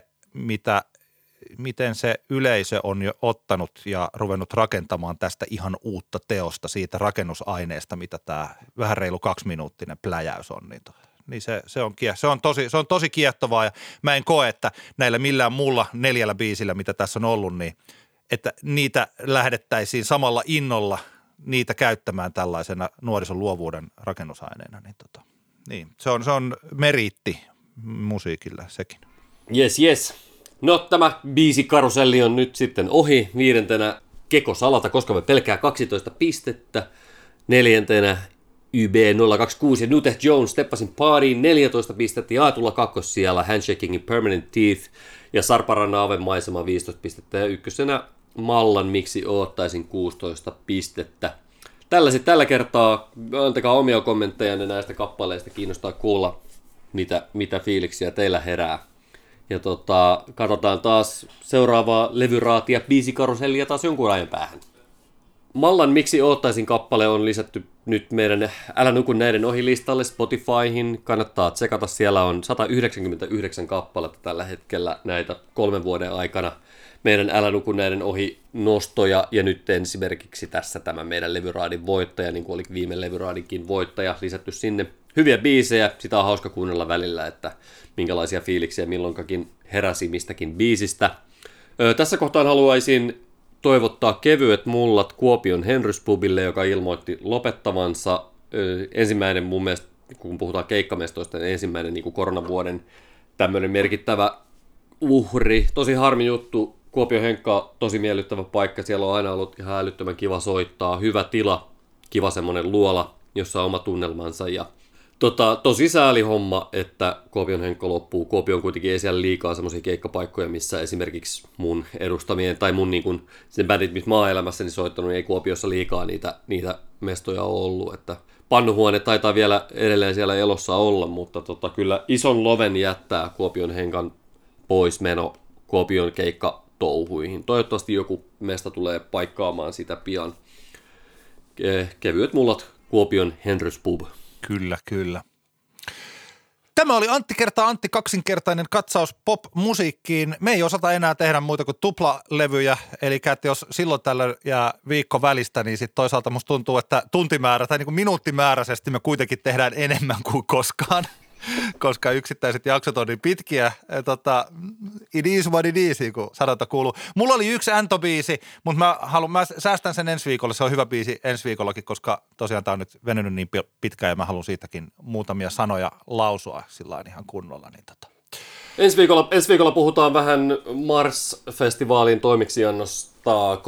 miten se yleisö on jo ottanut ja ruvennut rakentamaan tästä ihan uutta teosta siitä rakennusaineesta, mitä tämä vähän reilu 2-minuuttinen pläjäys on. Niin se on tosi kiehtovaa ja mä en koe, että näillä millään muulla 4 biisillä, mitä tässä on ollut, niin että niitä lähdettäisiin samalla innolla niitä käyttämään tällaisena nuorison luovuuden rakennusaineena. Niin, se on meriitti musiikille sekin. Yes. No tämä biisikaruselli on nyt sitten ohi. 5. Keko Salata, koska me pelkää 12 pistettä. 4. YB026 ja Nuteh Jones Steppasin pariin 14 pistettä. Jaetulla kakkosijalla Handshakingin Permanent Teeth ja Sarparannan Avemaisema 15 pistettä. Ja 1. Mallan Miksi oottaisin 16 pistettä. Tällä kertaa antakaa omia kommenttejanne näistä kappaleista. Kiinnostaa kuulla, mitä fiiliksiä teillä herää. Ja katsotaan taas seuraavaa levyraatia, biisikarusellia taas jonkun ajan päähän. Mallan Miksi oottaisin kappale on lisätty nyt meidän Älä nuku näiden ohi listalle Spotifyhin. Kannattaa tsekata, siellä on 199 kappaletta tällä hetkellä näitä 3 vuoden aikana. Meidän Älä nuku näiden ohi nostoja ja nyt esimerkiksi tässä tämä meidän levyraadin voittaja, niin kuin oli viime levyraadinkin voittaja, lisätty sinne. Hyviä biisejä, sitä on hauska kuunnella välillä, että minkälaisia fiiliksiä milloinkakin heräsi mistäkin biisistä. Tässä kohtaa haluaisin toivottaa kevyet mullat Kuopion Henrys Pubille, joka ilmoitti lopettavansa. Ensimmäinen mun mielestä, kun puhutaan keikkamestoista, niin ensimmäinen niin kuin koronavuoden tämmöinen merkittävä uhri. Tosi harmi juttu. Kuopion Henkka, tosi miellyttävä paikka. Siellä on aina ollut ihan älyttömän kiva soittaa. Hyvä tila, kiva semmoinen luola, jossa on oma tunnelmansa. Ja tosi sääli homma, että Kuopion Henkka loppuu. Kuopion kuitenkin ei siellä liikaa semmoisia keikkapaikkoja, missä esimerkiksi mun edustamien tai mun niin kuin sen bändit, missä mä oon elämässäni soittanut, niin ei Kuopiossa liikaa niitä mestoja ole ollut. Että Pannuhuone taitaa vielä edelleen siellä elossa olla, mutta kyllä ison loven jättää Kuopion Henkan poismeno Kuopion keikkatouhuihin. Toivottavasti joku mesta tulee paikkaamaan sitä pian. Kevyet mullat Kuopion Henrys Pub. Kyllä. Tämä oli Antti kertaa Antti kaksinkertainen katsaus pop-musiikkiin. Me ei osata enää tehdä muuta kuin tuplalevyjä, eli että jos silloin tällöin jää viikko välistä, niin sitten toisaalta musta tuntuu, että tuntimäärä tai niin kuin minuuttimääräisesti me kuitenkin tehdään enemmän kuin koskaan, koska yksittäiset jaksot on niin pitkiä. It is what it is, kun sanonta kuuluu. Mulla oli yksi Anto-biisi, mutta mä säästän sen ensi viikolle. Se on hyvä biisi ensi viikollakin, koska tosiaan tää on nyt venynyt niin pitkään ja mä haluan siitäkin muutamia sanoja lausua sillä ihan kunnolla. Niin Ensi viikolla puhutaan vähän Mars-festivaalin toimeksiannosta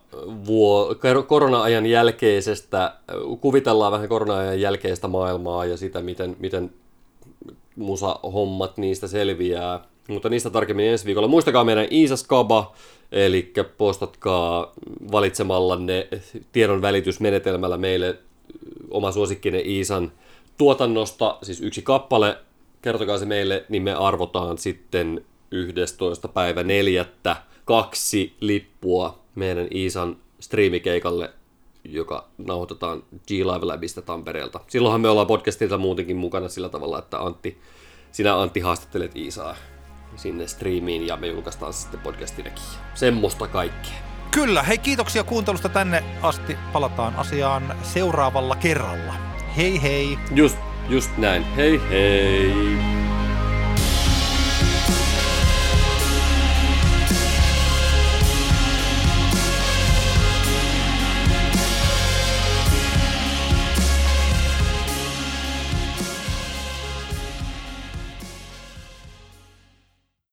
korona-ajan jälkeisestä. Kuvitellaan vähän korona-ajan jälkeistä maailmaa ja sitä, miten musahommat niistä selviää, mutta niistä tarkemmin ensi viikolla. Muistakaa meidän Iisa Skaba, eli postatkaa valitsemallanne tiedon välitysmenetelmällä meille oma suosikkinen Iisan tuotannosta, siis 1 kappale, kertokaa se meille, niin me arvotaan sitten 11.4. 2 lippua meidän Iisan striimikeikalle, joka nauhoitetaan G-Live Labista Tampereelta. Silloinhan me ollaan podcastilta muutenkin mukana sillä tavalla, että sinä Antti haastattelet Iisaa sinne striimiin ja me julkaistaan sitten podcastinakin. Semmoista kaikkea. Kyllä, hei kiitoksia kuuntelusta tänne asti. Palataan asiaan seuraavalla kerralla. Hei hei! Just näin. Hei hei!